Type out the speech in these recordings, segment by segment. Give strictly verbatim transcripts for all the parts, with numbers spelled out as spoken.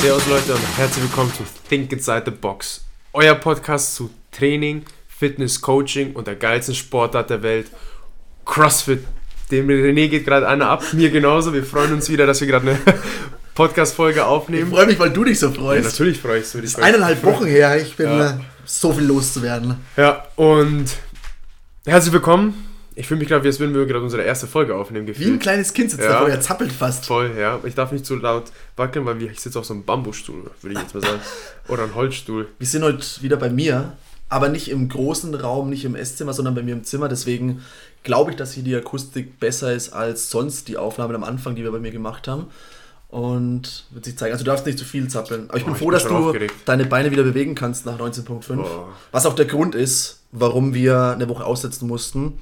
Servus Leute und herzlich willkommen zu Think Inside the Box. Euer Podcast zu Training, Fitness, Coaching und der geilsten Sportart der Welt, CrossFit. Dem René geht gerade einer ab, mir genauso. Wir freuen uns wieder, dass wir gerade eine Podcast-Folge aufnehmen. Ich freue mich, weil du dich so freust. Ja, natürlich freust du dich. Das ist eineinhalb Wochen her, ich bin ja. äh, so viel loszuwerden. Ja, und herzlich willkommen. Ich fühle mich gerade, wie als würden wir gerade unsere erste Folge aufnehmen. Gefühlt. Wie ein kleines Kind sitzt ja. da vor, er zappelt fast. Voll, ja. Ich darf nicht zu laut wackeln, weil ich sitze auf so einem Bambusstuhl, würde ich jetzt mal sagen. Oder einem Holzstuhl. Wir sind heute wieder bei mir, aber nicht im großen Raum, nicht im Esszimmer, sondern bei mir im Zimmer. Deswegen glaube ich, dass hier die Akustik besser ist als sonst die Aufnahmen am Anfang, die wir bei mir gemacht haben. Und wird sich zeigen. Also du darfst nicht zu viel zappeln. Aber ich bin oh, froh, ich bin dass du aufgeregt. Deine Beine wieder bewegen kannst nach neunzehn Punkt fünf. Oh. Was auch der Grund ist, warum wir eine Woche aussetzen mussten.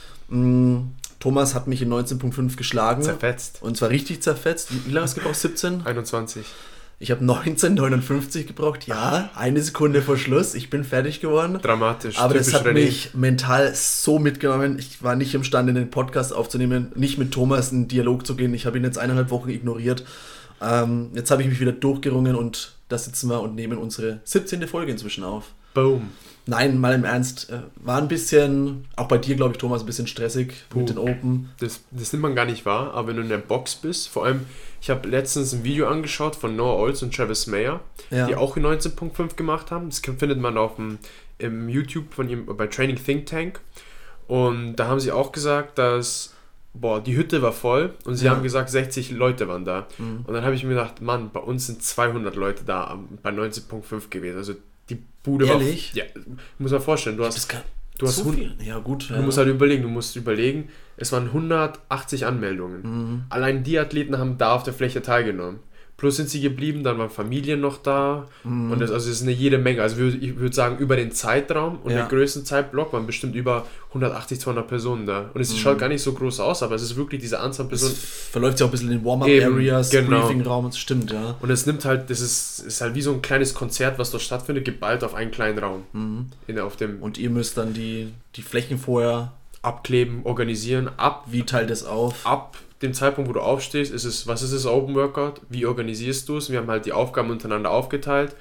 Thomas hat mich in neunzehn Punkt fünf geschlagen. Zerfetzt. Und zwar richtig zerfetzt. Wie, wie lange hast du gebraucht? siebzehn? einundzwanzig. Ich habe neunzehn Komma neunundfünfzig gebraucht. Ja, eine Sekunde vor Schluss. Ich bin fertig geworden. Dramatisch. Aber das hat René. mich mental so mitgenommen. Ich war nicht imstande, den Podcast aufzunehmen, nicht mit Thomas in Dialog zu gehen. Ich habe ihn jetzt eineinhalb Wochen ignoriert. Ähm, jetzt habe ich mich wieder durchgerungen und da sitzen wir und nehmen unsere siebzehnte Folge inzwischen auf. Boom. Nein, mal im Ernst, war ein bisschen, auch bei dir glaube ich Thomas, ein bisschen stressig Puh. mit den Open. Das, das nimmt man gar nicht wahr, aber wenn du in der Box bist, vor allem, ich habe letztens ein Video angeschaut von Noah Ols und Travis Mayer, ja. die auch in neunzehn Punkt fünf gemacht haben. Das findet man auf dem im YouTube von ihm bei Training Think Tank. Und da haben sie auch gesagt, dass boah, die Hütte war voll und sie ja. haben gesagt, sechzig Leute waren da. Mhm. Und dann habe ich mir gedacht, Mann, bei uns sind zweihundert Leute da bei neunzehn Punkt fünf gewesen. Also die Bude Ehrlich? war... Ja, muss man vorstellen, du hast... Du hast so viel. Ja, gut. Du ja. musst halt überlegen, du musst überlegen, es waren hundertachtzig Anmeldungen. Mhm. Allein die Athleten haben da auf der Fläche teilgenommen. Plus sind sie geblieben, dann waren Familien noch da. Mhm. Und das, also es ist eine jede Menge. Also ich würde sagen, über den Zeitraum und ja. den größten Zeitblock waren bestimmt über hundertachtzig, zweihundert Personen da. Und es mhm. schaut gar nicht so groß aus, aber es ist wirklich diese Anzahl Personen. Es verläuft ja auch ein bisschen in den Warm-Up-Areas, genau. Briefing-Raum, das stimmt, ja. Und es nimmt halt, das ist, ist halt wie so ein kleines Konzert, was dort stattfindet, geballt auf einen kleinen Raum. Mhm. In, auf dem und ihr müsst dann die, die Flächen vorher abkleben, organisieren, ab. Wie teilt es auf? Ab dem Zeitpunkt, wo du aufstehst, ist es, was ist das Open Workout? Wie organisierst du es? Wir haben halt die Aufgaben untereinander aufgeteilt.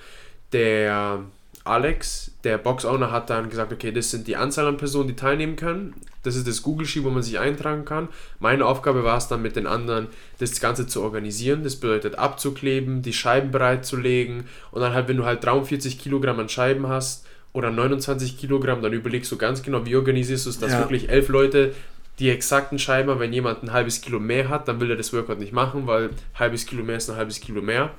Der Alex, der Box-Owner, hat dann gesagt, okay, das sind die Anzahl an Personen, die teilnehmen können. Das ist das Google Sheet, wo man sich eintragen kann. Meine Aufgabe war es dann mit den anderen, das Ganze zu organisieren. Das bedeutet abzukleben, die Scheiben bereitzulegen und dann halt, wenn du halt dreiundvierzig Kilogramm an Scheiben hast oder neunundzwanzig Kilogramm, dann überlegst du ganz genau, wie organisierst du es, dass ja. wirklich elf Leute die exakten Scheiben, wenn jemand ein halbes Kilo mehr hat, dann will er das Workout nicht machen, weil ein halbes Kilo mehr ist ein halbes Kilo mehr.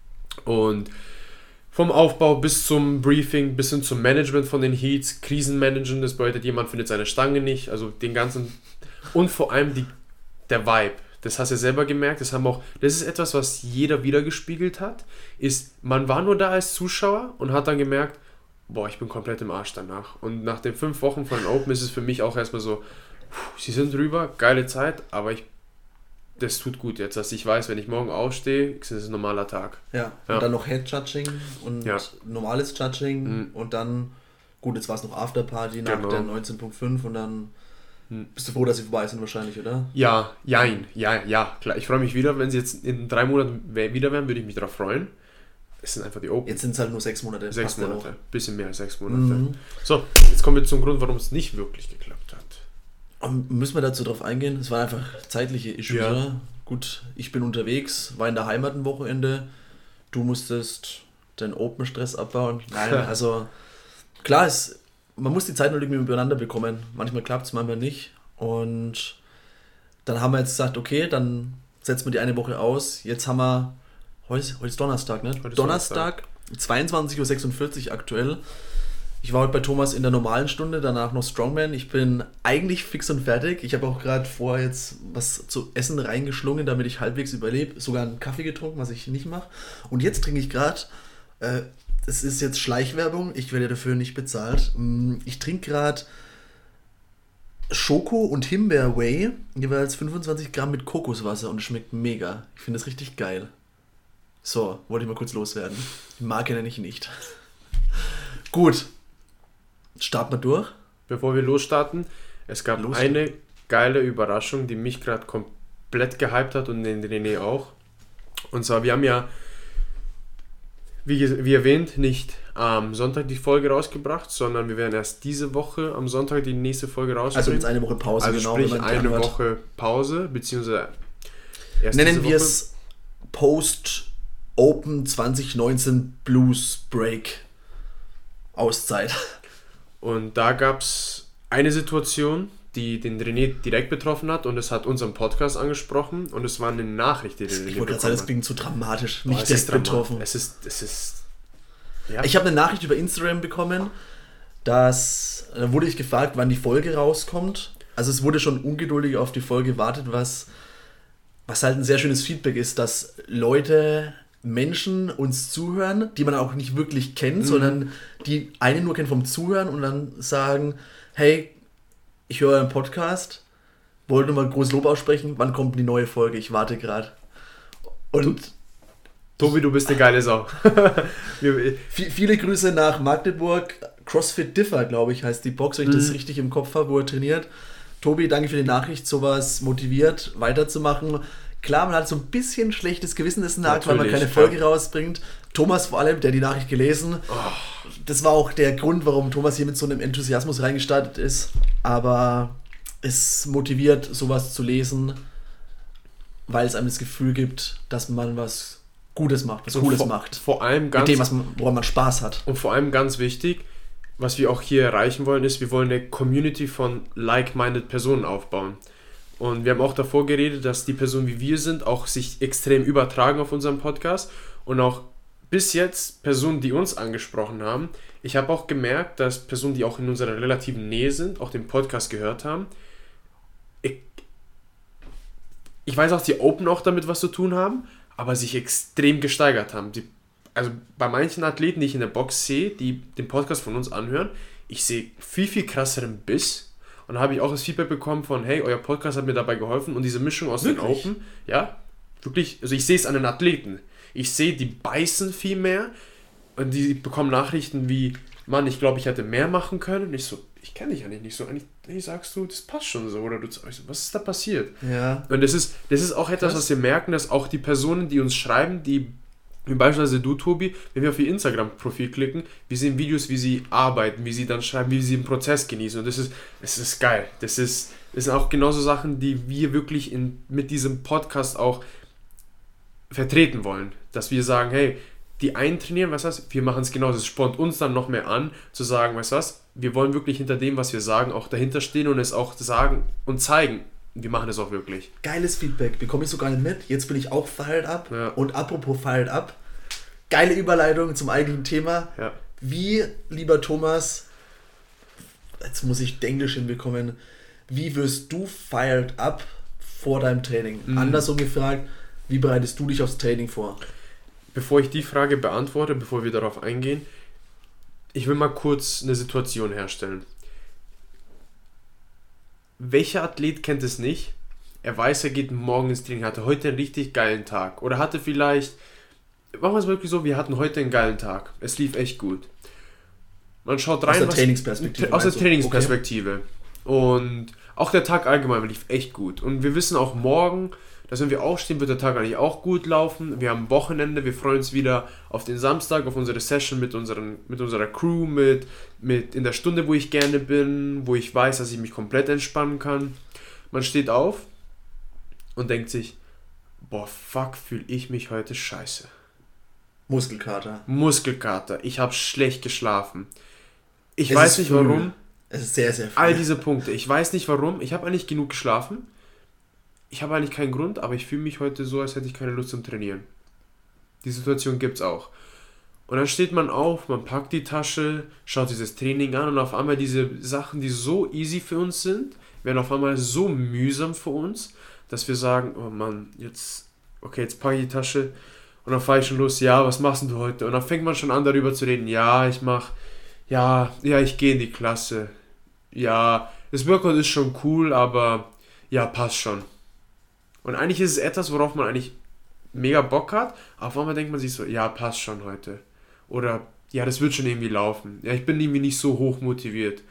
Und vom Aufbau bis zum Briefing, bis hin zum Management von den Heats, Krisenmanagen, das bedeutet, jemand findet seine Stange nicht, also den ganzen, und vor allem die, der Vibe. Das hast du ja selber gemerkt, das haben auch, das ist etwas, was jeder wiedergespiegelt hat, ist, man war nur da als Zuschauer und hat dann gemerkt, boah, ich bin komplett im Arsch danach. Und nach den fünf Wochen von den Open ist es für mich auch erstmal so, sie sind drüber, geile Zeit, aber ich, das tut gut jetzt, dass ich weiß, wenn ich morgen aufstehe, ist es ein normaler Tag. Ja, ja. Und dann noch Head-Judging und ja. normales Judging mhm. und dann, gut, jetzt war es noch Afterparty nach genau. der neunzehn Punkt fünf und dann mhm. bist du froh, dass sie vorbei sind wahrscheinlich, oder? Ja, jein, ja, ja, klar. Ich freue mich wieder, wenn sie jetzt in drei Monaten wieder wären, würde ich mich darauf freuen. Es sind einfach die Open. Jetzt sind es halt nur sechs Monate. Sechs Monate, bisschen mehr als sechs Monate. Mhm. So, jetzt kommen wir zum Grund, warum es nicht wirklich geklappt hat. Müssen wir dazu drauf eingehen? Es waren einfach zeitliche Issues, ja. oder? Gut, ich bin unterwegs, war in der Heimat ein Wochenende. Du musstest den Open-Stress abbauen. Nein, also klar, es, man muss die Zeit noch irgendwie übereinander bekommen. Manchmal klappt es, manchmal nicht. Und dann haben wir jetzt gesagt, okay, dann setzen wir die eine Woche aus. Jetzt haben wir, heute ist, heute ist Donnerstag, ne? Heute ist Donnerstag, Donnerstag. zweiundzwanzig Uhr sechsundvierzig aktuell. Ich war heute bei Thomas in der normalen Stunde, danach noch Strongman. Ich bin eigentlich fix und fertig. Ich habe auch gerade vorher jetzt was zu essen reingeschlungen, damit ich halbwegs überlebe. Sogar einen Kaffee getrunken, was ich nicht mache. Und jetzt trinke ich gerade, äh, das ist jetzt Schleichwerbung, ich werde dafür nicht bezahlt. Ich trinke gerade Schoko- und Himbeer-Whey, jeweils fünfundzwanzig Gramm mit Kokoswasser und es schmeckt mega. Ich finde das richtig geil. So, wollte ich mal kurz loswerden. Die Marke nenne ich nicht. Gut. Starten wir durch. Bevor wir losstarten, es gab Los. eine geile Überraschung, die mich gerade komplett gehypt hat und den René auch. Und zwar, wir haben ja Wie, wie erwähnt, nicht am Sonntag die Folge rausgebracht, sondern wir werden erst diese Woche am Sonntag die nächste Folge rausbringen. Also jetzt eine Woche Pause, also genau. Sprich eine Woche Pause, beziehungsweise erst nennen wir es Post-Open zwanzig neunzehn Blues Break Auszeit. Und da gab es eine Situation, die den René direkt betroffen hat und es hat unseren Podcast angesprochen und es war eine Nachricht, die den René Ich wollte gerade sagen, das klingt zu dramatisch. Mich oh, direkt betroffen. Es ist, es ist, ja. Ich habe eine Nachricht über Instagram bekommen, dass, da wurde ich gefragt, wann die Folge rauskommt. Also es wurde schon ungeduldig auf die Folge gewartet, was, was halt ein sehr schönes Feedback ist, dass Leute, Menschen uns zuhören, die man auch nicht wirklich kennt, mhm. sondern die einen nur kennen vom Zuhören und dann sagen, hey, ich höre einen Podcast, wollte nur mal groß Lob aussprechen, wann kommt die neue Folge? Ich warte gerade. Und Tobi, du bist eine geile Sau. Viele Grüße nach Magdeburg. CrossFit Differ, glaube ich, heißt die Box, wenn ich mhm. das richtig im Kopf habe, wo er trainiert. Tobi, danke für die Nachricht, sowas motiviert, weiterzumachen. Klar, man hat so ein bisschen schlechtes Gewissen, das nagt, weil man keine Folge ja. rausbringt. Thomas vor allem, der die Nachricht gelesen. Oh. Das war auch der Grund, warum Thomas hier mit so einem Enthusiasmus reingestartet ist. Aber es motiviert, sowas zu lesen, weil es einem das Gefühl gibt, dass man was Gutes macht, was und Cooles vor, macht. Vor allem ganz, mit dem, was man, woran man Spaß hat. Und vor allem ganz wichtig, was wir auch hier erreichen wollen, ist, wir wollen eine Community von like-minded Personen aufbauen. Und wir haben auch davor geredet, dass die Personen, wie wir sind, auch sich extrem übertragen auf unserem Podcast. Und auch bis jetzt Personen, die uns angesprochen haben. Ich habe auch gemerkt, dass Personen, die auch in unserer relativen Nähe sind, auch den Podcast gehört haben. Ich, ich weiß auch, die Open auch damit was zu tun haben, aber sich extrem gesteigert haben. Die, also bei manchen Athleten, die ich in der Box sehe, die den Podcast von uns anhören, ich sehe viel, viel krasseren Biss. Und da habe ich auch das Feedback bekommen von, hey, euer Podcast hat mir dabei geholfen. Und diese Mischung aus wirklich? Den Open, ja, wirklich, also ich sehe es an den Athleten. Ich sehe, die beißen viel mehr und die bekommen Nachrichten wie, Mann, ich glaube, ich hätte mehr machen können. Und ich so, ich kenne dich eigentlich nicht so. Eigentlich hey, sagst du, das passt schon so. Oder du sagst, was ist da passiert? Ja. Und das ist, das ist auch etwas, was wir merken, dass auch die Personen, die uns schreiben, die, wie beispielsweise du, Tobi, wenn wir auf ihr Instagram-Profil klicken, wir sehen Videos, wie sie arbeiten, wie sie dann schreiben, wie sie den Prozess genießen. Und das ist, das ist geil. Das ist, das sind auch genauso Sachen, die wir wirklich in, mit diesem Podcast auch vertreten wollen. Dass wir sagen, hey, die einen trainieren, weißt du was, wir machen es genauso. Es spornt uns dann noch mehr an, zu sagen, weißt du was, wir wollen wirklich hinter dem, was wir sagen, auch dahinter stehen und es auch sagen und zeigen. Wir machen es auch wirklich. Geiles Feedback, bekomme ich so gar nicht mit. Jetzt bin ich auch fired up. Ja. Und apropos fired up, geile Überleitung zum eigentlichen Thema. Ja. Wie, lieber Thomas, jetzt muss ich Englisch hinbekommen, wie wirst du fired up vor deinem Training? Mhm. Andersrum gefragt, wie bereitest du dich aufs Training vor? Bevor ich die Frage beantworte, bevor wir darauf eingehen, ich will mal kurz eine Situation herstellen. Welcher Athlet kennt es nicht? Er weiß, er geht morgen ins Training, hatte heute einen richtig geilen Tag. Oder hatte vielleicht, machen wir es wirklich so, wir hatten heute einen geilen Tag. Es lief echt gut. Man schaut rein. Aus der was, Trainingsperspektive. Aus der Trainingsperspektive. Okay. Und auch der Tag allgemein lief echt gut. Und wir wissen auch morgen, dass wenn wir aufstehen, wird der Tag eigentlich auch gut laufen. Wir haben Wochenende, wir freuen uns wieder auf den Samstag, auf unsere Session mit, unseren, mit unserer Crew, mit, mit in der Stunde, wo ich gerne bin, wo ich weiß, dass ich mich komplett entspannen kann. Man steht auf und denkt sich, boah, fuck, fühle ich mich heute scheiße. Muskelkater. Muskelkater, ich habe schlecht geschlafen. Ich es weiß nicht früh. warum. Es ist sehr, sehr früh. All diese Punkte, ich weiß nicht warum. Ich habe eigentlich genug geschlafen. Ich habe eigentlich keinen Grund, aber ich fühle mich heute so, als hätte ich keine Lust zum Trainieren. Die Situation gibt es auch. Und dann steht man auf, man packt die Tasche, schaut dieses Training an und auf einmal diese Sachen, die so easy für uns sind, werden auf einmal so mühsam für uns, dass wir sagen, oh Mann, jetzt, okay, jetzt packe ich die Tasche und dann fahre ich schon los, ja, was machst du heute? Und dann fängt man schon an, darüber zu reden, ja, ich mache, ja, ja, ich gehe in die Klasse. Ja, das Workout ist schon cool, aber ja, passt schon. Und eigentlich ist es etwas, worauf man eigentlich mega Bock hat, aber auf einmal denkt man sich so, ja, passt schon heute. Oder, ja, das wird schon irgendwie laufen. Ja, ich bin irgendwie nicht so hoch motiviert.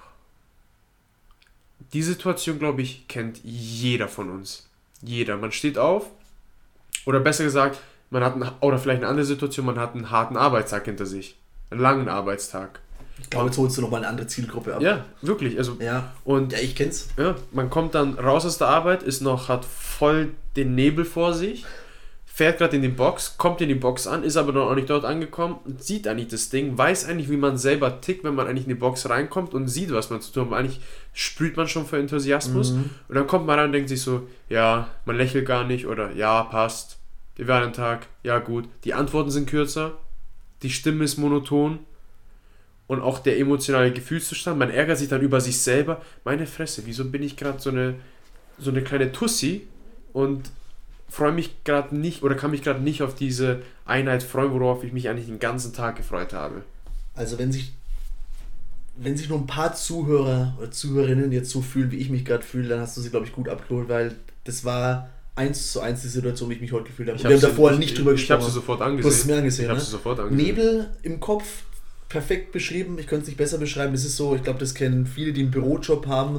Die Situation, glaube ich, kennt jeder von uns. Jeder. Man steht auf, oder besser gesagt, man hat einen, oder vielleicht eine andere Situation, man hat einen harten Arbeitstag hinter sich. Einen langen Arbeitstag. Ich glaube, jetzt holst du nochmal eine andere Zielgruppe ab. Ja, wirklich. Also, ja. Und ja, ich kenn's. Ja, man kommt dann raus aus der Arbeit, ist noch, hat voll den Nebel vor sich, fährt gerade in die Box, kommt in die Box an, ist aber noch nicht dort angekommen und sieht eigentlich das Ding, weiß eigentlich, wie man selber tickt, wenn man eigentlich in die Box reinkommt und sieht, was man zu tun hat. Eigentlich sprüht man schon vor Enthusiasmus Mhm. und dann kommt man rein und denkt sich so, ja, man lächelt gar nicht oder ja, passt, wie war dein Tag, ja gut. Die Antworten sind kürzer, die Stimme ist monoton und auch der emotionale Gefühlszustand, man ärgert sich dann über sich selber. Meine Fresse, wieso bin ich gerade so eine, so eine kleine Tussi und freue mich gerade nicht oder kann mich gerade nicht auf diese Einheit freuen, worauf ich mich eigentlich den ganzen Tag gefreut habe. Also wenn sich wenn sich nur ein paar Zuhörer oder Zuhörerinnen jetzt so fühlen, wie ich mich gerade fühle, dann hast du sie, glaube ich, gut abgeholt, weil das war eins zu eins die Situation, wie ich mich heute gefühlt habe. Ich Wir haben sie, davor ich, nicht drüber ich, gesprochen. Ich habe sie sofort angesehen. Du hast es mir angesehen, Ich habe ne? sie sofort angesehen. Nebel im Kopf, perfekt beschrieben. Ich könnte es nicht besser beschreiben. Das ist so, ich glaube, das kennen viele, die einen Bürojob haben.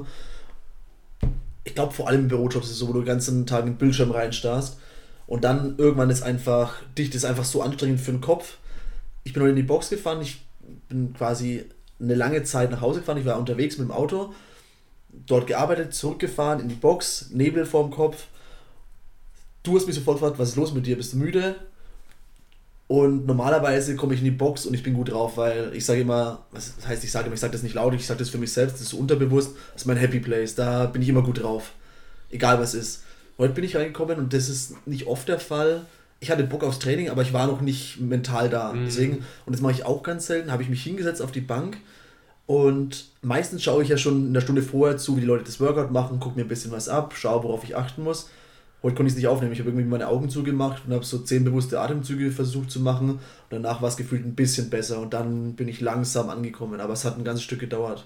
Ich glaube, vor allem im Bürojob ist es so, wo du den ganzen Tag in den Bildschirm reinstarrst und dann irgendwann ist einfach, dicht ist einfach so anstrengend für den Kopf. Ich bin heute in die Box gefahren, ich bin quasi eine lange Zeit nach Hause gefahren, ich war unterwegs mit dem Auto, dort gearbeitet, zurückgefahren, in die Box, Nebel vorm Kopf. Du hast mich sofort gefragt, was ist los mit dir, bist du müde? Und normalerweise komme ich in die Box und ich bin gut drauf, weil ich sage immer, was heißt ich sage immer, ich sage das nicht laut, ich sage das für mich selbst, das ist so unterbewusst, das ist mein Happy Place, da bin ich immer gut drauf, egal was ist. Heute bin ich reingekommen und das ist nicht oft der Fall. Ich hatte Bock aufs Training, aber ich war noch nicht mental da. Mhm. Deswegen, und das mache ich auch ganz selten, habe ich mich hingesetzt auf die Bank und meistens schaue ich ja schon in der Stunde vorher zu, wie die Leute das Workout machen, gucke mir ein bisschen was ab, schaue, worauf ich achten muss. Heute konnte ich es nicht aufnehmen. Ich habe irgendwie meine Augen zugemacht und habe so zehn bewusste Atemzüge versucht zu machen. Und danach war es gefühlt ein bisschen besser und dann bin ich langsam angekommen. Aber es hat ein ganzes Stück gedauert.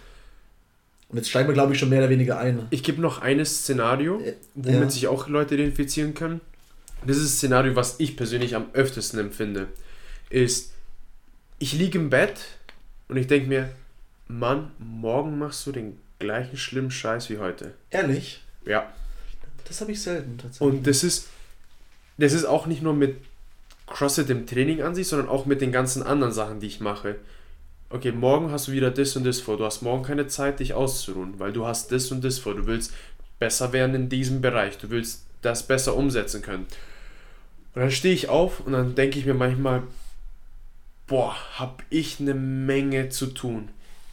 Und jetzt steigen wir, glaube ich, schon mehr oder weniger ein. Ich gebe noch ein Szenario, womit ja. sich auch Leute identifizieren können. Das ist das Szenario, was ich persönlich am öftesten empfinde. Ist, ich liege im Bett und ich denke mir, Mann, morgen machst du den gleichen schlimmen Scheiß wie heute. Ehrlich? Ja. Das habe ich selten tatsächlich. Und das ist, das ist auch nicht nur mit CrossFit im Training an sich, sondern auch mit den ganzen anderen Sachen, die ich mache. Okay, morgen hast du wieder das und das vor. Du hast morgen keine Zeit, dich auszuruhen, weil du hast das und das vor. Du willst besser werden in diesem Bereich. Du willst das besser umsetzen können. Und dann stehe ich auf und dann denke ich mir manchmal, boah, habe ich eine Menge zu tun.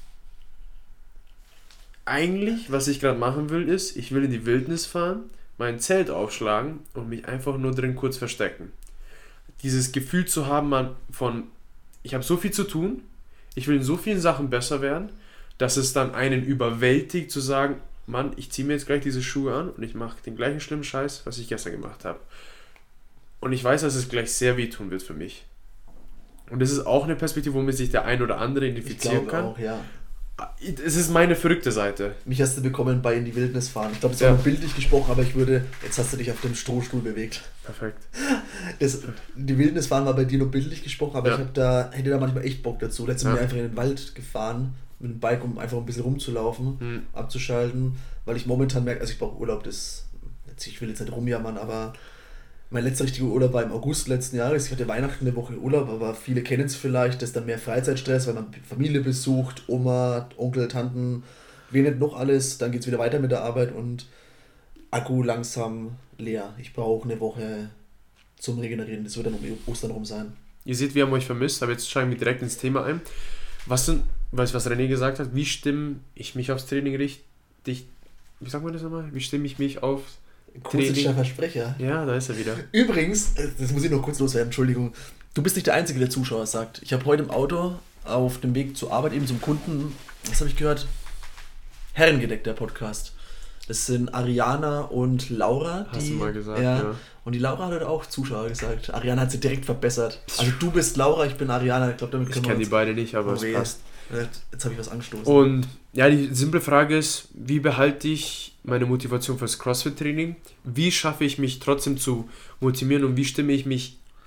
Eigentlich, was ich gerade machen will, ist, ich will in die Wildnis fahren, mein Zelt aufschlagen und mich einfach nur drin kurz verstecken. Dieses Gefühl zu haben, man von, ich habe so viel zu tun, ich will in so vielen Sachen besser werden, dass es dann einen überwältigt zu sagen, Mann, ich ziehe mir jetzt gleich diese Schuhe an und ich mache den gleichen schlimmen Scheiß, was ich gestern gemacht habe. Und ich weiß, dass es gleich sehr wehtun wird für mich. Und das ist auch eine Perspektive, womit sich der ein oder andere identifizieren ich kann. Auch, ja. Es ist meine verrückte Seite. Mich hast du bekommen bei in die Wildnis fahren. Ich glaube, es ist ja. auch bildlich gesprochen, aber ich würde, jetzt hast du dich auf dem Strohstuhl bewegt. Perfekt. Das, die Wildnis fahren war bei dir nur bildlich gesprochen, aber ja. ich hab da, hätte da manchmal echt Bock dazu. Letztes Mal ja. einfach in den Wald gefahren mit dem Bike, um einfach ein bisschen rumzulaufen, hm. abzuschalten, weil ich momentan merke, also ich brauche Urlaub, das, ich will jetzt nicht rumjammern, aber mein letzter richtiger Urlaub war im August letzten Jahres. Ich hatte Weihnachten eine Woche Urlaub, aber viele kennen es vielleicht, das ist dann mehr Freizeitstress, weil man Familie besucht, Oma, Onkel, Tanten, wen nicht noch alles. Dann geht es wieder weiter mit der Arbeit und Akku langsam leer. Ich brauche eine Woche zum Regenerieren. Das wird dann um Ostern rum sein. Ihr seht, wir haben euch vermisst, aber jetzt steigen wir direkt ins Thema ein. Was denn, weißt du, was René gesagt hat? Wie stimme ich mich aufs Training richtig? Wie sagt man das nochmal? Wie stimme ich mich auf Akustischer Versprecher. Ja, da ist er wieder. Übrigens, das muss ich noch kurz loswerden, Entschuldigung. Du bist nicht der Einzige, der Zuschauer sagt. Ich habe heute im Auto auf dem Weg zur Arbeit eben zum Kunden, was habe ich gehört? Herrengedeck, der Podcast. Das sind Ariana und Laura. Hast die, du mal gesagt, ja. ja. Und die Laura hat heute auch Zuschauer gesagt. Ariana hat sie direkt verbessert. Also du bist Laura, ich bin Ariana. Ich glaube, damit können ich wir kenne die beide nicht, aber oh, es passt. Jetzt habe ich was angestoßen. Und ja, die simple Frage ist, wie behalte ich meine Motivation fürs CrossFit-Training? Wie schaffe ich mich trotzdem zu motivieren und wie stimme ich mich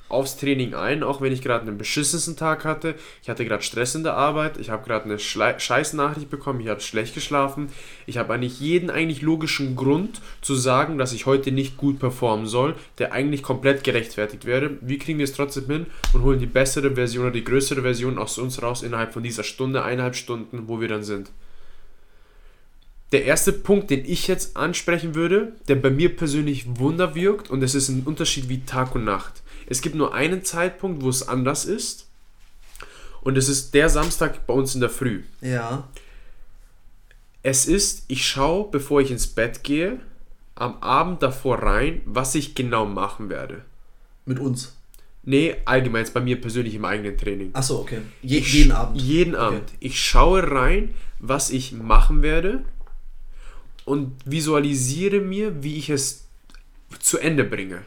aufs Training ein, auch wenn ich gerade einen beschissensten Tag hatte. Ich hatte gerade Stress in der Arbeit, ich habe gerade eine Schle- Scheißnachricht bekommen, ich habe schlecht geschlafen. Ich habe eigentlich jeden eigentlich logischen Grund zu sagen, dass ich heute nicht gut performen soll, der eigentlich komplett gerechtfertigt wäre. Wie kriegen wir es trotzdem hin und holen die bessere Version oder die größere Version aus uns raus innerhalb von dieser Stunde, eineinhalb Stunden, wo wir dann sind? Der erste Punkt, den ich jetzt ansprechen würde, der bei mir persönlich Wunder wirkt, und das ist ein Unterschied wie Tag und Nacht. Es gibt nur einen Zeitpunkt, wo es anders ist, und es ist der Samstag bei uns in der Früh. Ja. Es ist, ich schaue, bevor ich ins Bett gehe, am Abend davor rein, was ich genau machen werde. Mit uns? Nee, allgemein jetzt bei mir persönlich im eigenen Training. Achso, okay. Je, jeden Abend? Jeden Abend. Okay. Ich schaue rein, was ich machen werde, und visualisiere mir, wie ich es zu Ende bringe.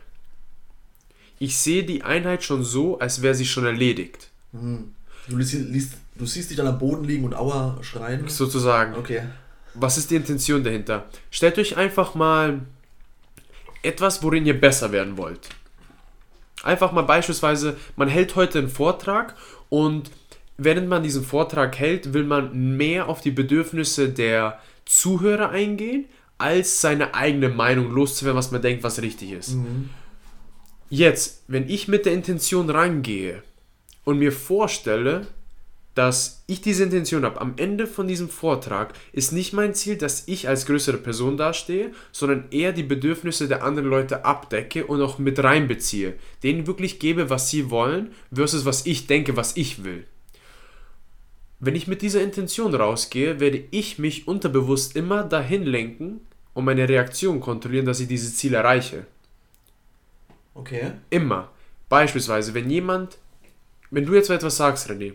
Ich sehe die Einheit schon so, als wäre sie schon erledigt. Mhm. Du, liest, liest, du siehst dich dann am Boden liegen und Aua schreien? Sozusagen. Okay. Was ist die Intention dahinter? Stellt euch einfach mal etwas, worin ihr besser werden wollt. Einfach mal beispielsweise, man hält heute einen Vortrag, und während man diesen Vortrag hält, will man mehr auf die Bedürfnisse der Zuhörer eingehen, als seine eigene Meinung loszuwerden, was man denkt, was richtig ist. Mhm. Jetzt, wenn ich mit der Intention rangehe und mir vorstelle, dass ich diese Intention habe, am Ende von diesem Vortrag ist nicht mein Ziel, dass ich als größere Person dastehe, sondern eher die Bedürfnisse der anderen Leute abdecke und auch mit reinbeziehe. Denen wirklich gebe, was sie wollen, versus was ich denke, was ich will. Wenn ich mit dieser Intention rausgehe, werde ich mich unterbewusst immer dahin lenken und meine Reaktion kontrollieren, dass ich dieses Ziel erreiche. Okay. Immer. Beispielsweise, wenn jemand, wenn du jetzt etwas sagst, René,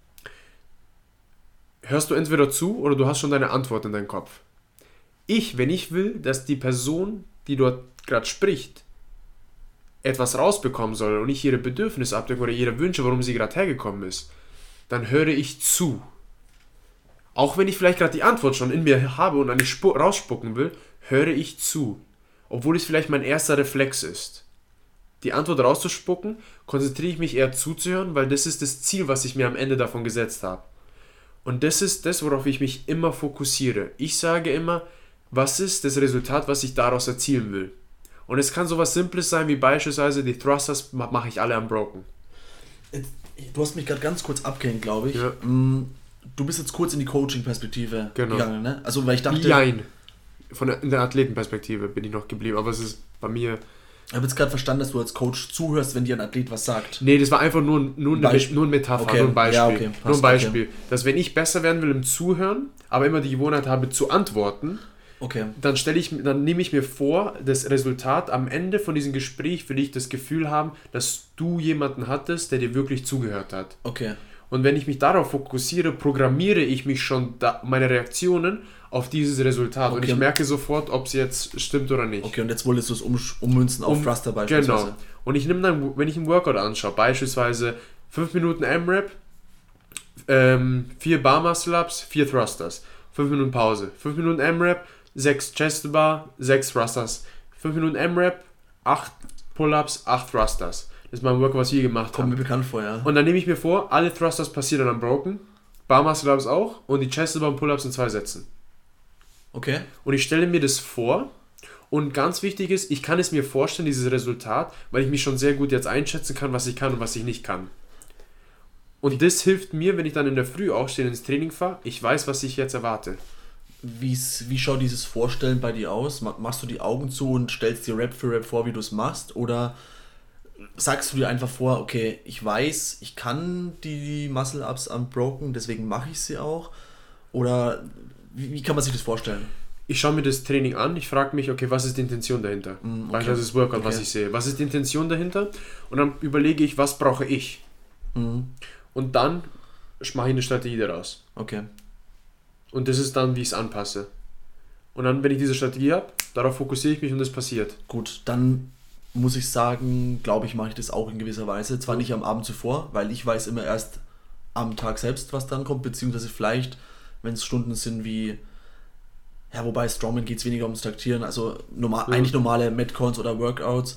hörst du entweder zu oder du hast schon deine Antwort in deinem Kopf. Ich, wenn ich will, dass die Person, die dort gerade spricht, etwas rausbekommen soll und ich ihre Bedürfnisse abdecke oder ihre Wünsche, warum sie gerade hergekommen ist, dann höre ich zu. Auch wenn ich vielleicht gerade die Antwort schon in mir habe und eine Sp- rausspucken will, höre ich zu. Obwohl es vielleicht mein erster Reflex ist. Die Antwort rauszuspucken, konzentriere ich mich eher zuzuhören, weil das ist das Ziel, was ich mir am Ende davon gesetzt habe. Und das ist das, worauf ich mich immer fokussiere. Ich sage immer, was ist das Resultat, was ich daraus erzielen will. Und es kann sowas Simples sein, wie beispielsweise die Thrusters mache ich alle unbroken. Du hast mich gerade ganz kurz abgehängt, glaube ich. Ja. Du bist jetzt kurz in die Coaching-Perspektive genau. gegangen, ne? Also, weil ich dachte... Nein, von der, in der Athletenperspektive bin ich noch geblieben, aber es ist bei mir... Ich habe jetzt gerade verstanden, dass du als Coach zuhörst, wenn dir ein Athlet was sagt. Nee, das war einfach nur, nur, eine, Beisp- nur ein Metapher, okay. nur ein Beispiel. Ja, okay. Nur ein Beispiel. Okay. Dass wenn ich besser werden will im Zuhören, aber immer die Gewohnheit habe zu antworten, okay. dann stelle ich, dann nehme ich mir vor, das Resultat am Ende von diesem Gespräch will ich das Gefühl haben, dass du jemanden hattest, der dir wirklich zugehört hat. Okay. Und wenn ich mich darauf fokussiere, programmiere ich mich schon da, meine Reaktionen auf dieses Resultat. Okay. Und ich merke sofort, ob es jetzt stimmt oder nicht. Okay, und jetzt wolltest du es um, ummünzen auf um, Thruster beispielsweise. Genau. Und ich nehme dann, wenn ich einen Workout anschaue, beispielsweise fünf Minuten AMRAP, ähm, vier Bar Muscle Ups, vier Thrusters, fünf Minuten Pause, fünf Minuten AMRAP, sechs Chest Bar, sechs Thrusters, fünf Minuten AMRAP, acht Pull-Ups, acht Thrusters. Das ist mein Workout, was wir gemacht Kommt haben. Kommt mir bekannt vor, ja. Und dann nehme ich mir vor, alle Thrusters passieren dann unbroken, Bar Muscle Ups auch und die Chest Bar und Pull-Ups in zwei Sätzen. Okay. Und ich stelle mir das vor und ganz wichtig ist, ich kann es mir vorstellen, dieses Resultat, weil ich mich schon sehr gut jetzt einschätzen kann, was ich kann und was ich nicht kann. Und das hilft mir, wenn ich dann in der Früh aufstehe und ins Training fahre, ich weiß, was ich jetzt erwarte. Wie's, wie schaut dieses Vorstellen bei dir aus? Machst du die Augen zu und stellst dir Rap für Rap vor, wie du es machst? Oder sagst du dir einfach vor, okay, ich weiß, ich kann die Muscle-Ups unbroken, deswegen mache ich sie auch? Oder wie, wie kann man sich das vorstellen? Ich schaue mir das Training an, ich frage mich, okay, was ist die Intention dahinter? Mm, okay. Beispielsweise das Workout, okay. was ich sehe. Was ist die Intention dahinter? Und dann überlege ich, was brauche ich? Mm. Und dann mache ich eine Strategie daraus. Okay. Und das ist dann, wie ich es anpasse. Und dann, wenn ich diese Strategie habe, darauf fokussiere ich mich und das passiert. Gut, dann muss ich sagen, glaube ich, mache ich das auch in gewisser Weise. Zwar nicht am Abend zuvor, weil ich weiß immer erst am Tag selbst, was dann kommt, beziehungsweise vielleicht, wenn es Stunden sind wie, ja, wobei Strongman geht es weniger ums Taktieren, also normal, ja. eigentlich normale Metcons oder Workouts,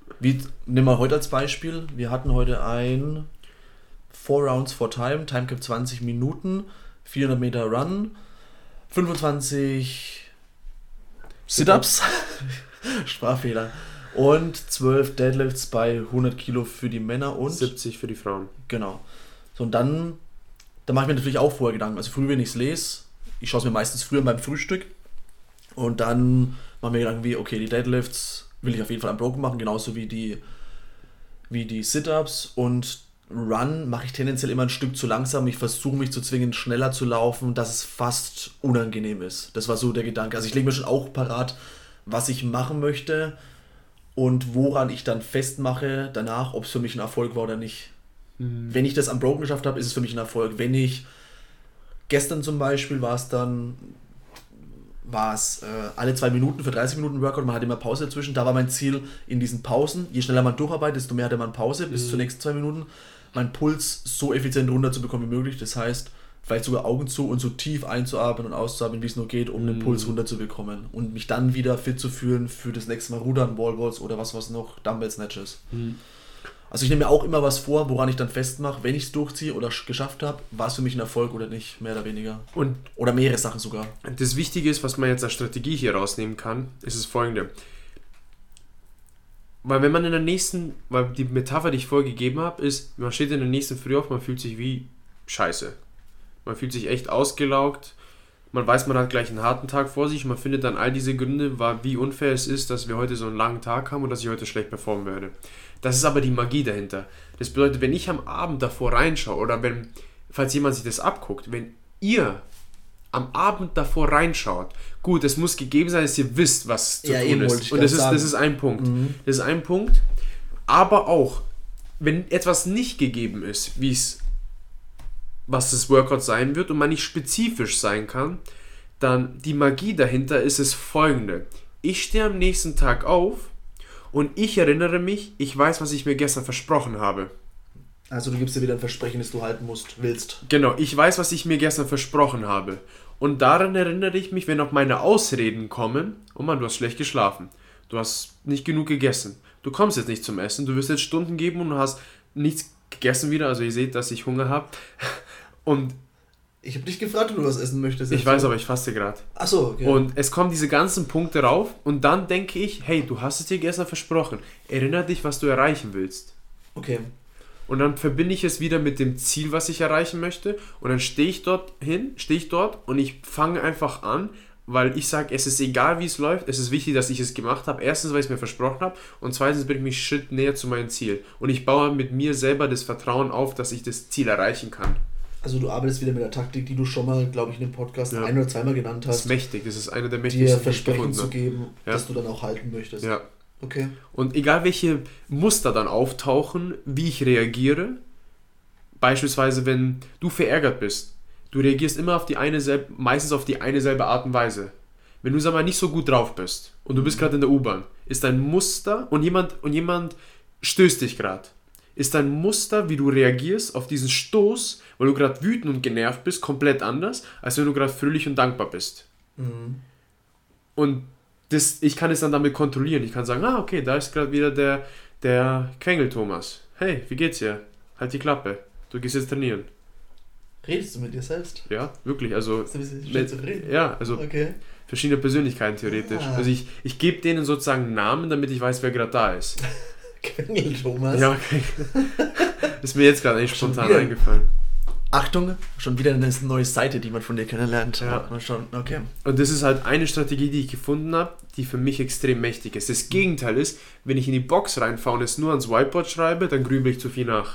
Wie, nimm mal heute als Beispiel. Wir hatten heute ein four Rounds for Time, Timecap zwanzig Minuten, vierhundert Meter Run, fünfundzwanzig Sit-Ups, Sprachfehler, und zwölf Deadlifts bei hundert Kilo für die Männer und siebzig für die Frauen. Genau. So, und dann, dann mache ich mir natürlich auch vorher Gedanken. Also früh, wenn ich es lese, ich schaue es mir meistens früher beim Frühstück und dann mache ich mir Gedanken wie, okay, die Deadlifts will ich auf jeden Fall unbroken machen, genauso wie die, wie die Sit-Ups, und Run mache ich tendenziell immer ein Stück zu langsam. Ich versuche mich zu zwingen, schneller zu laufen, dass es fast unangenehm ist. Das war so der Gedanke. Also ich lege mir schon auch parat, was ich machen möchte und woran ich dann festmache danach, ob es für mich ein Erfolg war oder nicht. Mhm. Wenn ich das unbroken geschafft habe, ist es für mich ein Erfolg. Wenn ich, gestern zum Beispiel war es dann, war es äh, alle zwei Minuten für dreißig Minuten Workout, man hat immer Pause dazwischen. Da war mein Ziel in diesen Pausen, je schneller man durcharbeitet, desto mehr hatte man Pause, bis mhm. zur nächsten zwei Minuten, meinen Puls so effizient runterzubekommen wie möglich. Das heißt, vielleicht sogar Augen zu und so tief einzuatmen und auszuatmen, wie es nur geht, um mm. den Puls runterzubekommen. Und mich dann wieder fit zu fühlen für das nächste Mal Rudern, Wallballs oder was was noch, Dumbbell Snatches. Mm. Also ich nehme mir auch immer was vor, woran ich dann festmache, wenn ich es durchziehe oder geschafft habe, war es für mich ein Erfolg oder nicht, mehr oder weniger. Und oder mehrere Sachen sogar. Das Wichtige ist, was man jetzt als Strategie hier rausnehmen kann, ist das folgende. Weil wenn man in der nächsten, weil die Metapher, die ich vorher gegeben habe, ist, man steht in der nächsten Früh auf, man fühlt sich wie Scheiße. Man fühlt sich echt ausgelaugt, man weiß, man hat gleich einen harten Tag vor sich, man findet dann all diese Gründe, wie unfair es ist, dass wir heute so einen langen Tag haben und dass ich heute schlecht performen werde. Das ist aber die Magie dahinter. Das bedeutet, wenn ich am Abend davor reinschaue oder wenn, falls jemand sich das abguckt, wenn ihr am Abend davor reinschaut, gut, es muss gegeben sein, dass ihr wisst, was zu ja, tun ist. Und das ist, das ist ein Punkt. Mhm. Das ist ein Punkt. Aber auch, wenn etwas nicht gegeben ist, wie es, was das Workout sein wird und man nicht spezifisch sein kann, dann die Magie dahinter ist es folgende. Ich stehe am nächsten Tag auf und ich erinnere mich, ich weiß, was ich mir gestern versprochen habe. Also du gibst dir wieder ein Versprechen, das du halten musst, willst. Genau, ich weiß, was ich mir gestern versprochen habe. Und daran erinnere ich mich, wenn auch meine Ausreden kommen, oh Mann, du hast schlecht geschlafen, du hast nicht genug gegessen, du kommst jetzt nicht zum Essen, du wirst jetzt Stunden geben und du hast nichts gegessen wieder, also ihr seht, dass ich Hunger habe. Und ich habe dich gefragt, ob du was essen möchtest. Ich weiß, aber ich faste gerade. Ach so, okay. Und es kommen diese ganzen Punkte rauf und dann denke ich, hey, du hast es dir gestern versprochen, erinnere dich, was du erreichen willst. Okay. Und dann verbinde ich es wieder mit dem Ziel, was ich erreichen möchte. Und dann stehe ich dort hin, stehe ich dort und ich fange einfach an, weil ich sage, es ist egal, wie es läuft. Es ist wichtig, dass ich es gemacht habe. Erstens, weil ich es mir versprochen habe. Und zweitens bringe ich mich einen Schritt näher zu meinem Ziel. Und ich baue mit mir selber das Vertrauen auf, dass ich das Ziel erreichen kann. Also du arbeitest wieder mit der Taktik, die du schon mal, glaube ich, in dem Podcast ja. ein- oder zweimal genannt hast. Das ist mächtig. Das ist eine der mächtigsten. Dir Versprechen zu geben, ja. dass du dann auch halten möchtest. Ja. Okay. Und egal welche Muster dann auftauchen, wie ich reagiere, beispielsweise wenn du verärgert bist, du reagierst immer auf die eine selbe, meistens auf die eine selbe Art und Weise. Wenn du, sag mal, nicht so gut drauf bist und du bist gerade in der U-Bahn, ist dein Muster und jemand, und jemand stößt dich gerade, ist dein Muster, wie du reagierst auf diesen Stoß, weil du gerade wütend und genervt bist, komplett anders, als wenn du gerade fröhlich und dankbar bist. Mhm. Und Das, ich kann es dann damit kontrollieren. Ich kann sagen, ah, okay, da ist gerade wieder der, der Quengel Thomas. Hey, wie geht's dir? Halt die Klappe. Du gehst jetzt trainieren. Redest du mit dir selbst? Ja, wirklich. Also, ist ein bisschen schön zu reden. Ja, also okay. Verschiedene Persönlichkeiten theoretisch. Ah. Also ich, ich gebe denen sozusagen Namen, damit ich weiß, wer gerade da ist. Quengel Thomas? Ja, okay. Ist mir jetzt gerade eigentlich spontan eingefallen. Achtung, schon wieder eine neue Seite, die man von dir kennenlernt. Ja. Mal schauen. Okay. Und das ist halt eine Strategie, die ich gefunden habe, die für mich extrem mächtig ist. Das Gegenteil ist, wenn ich in die Box reinfahre und es nur ans Whiteboard schreibe, dann grübel ich zu viel nach.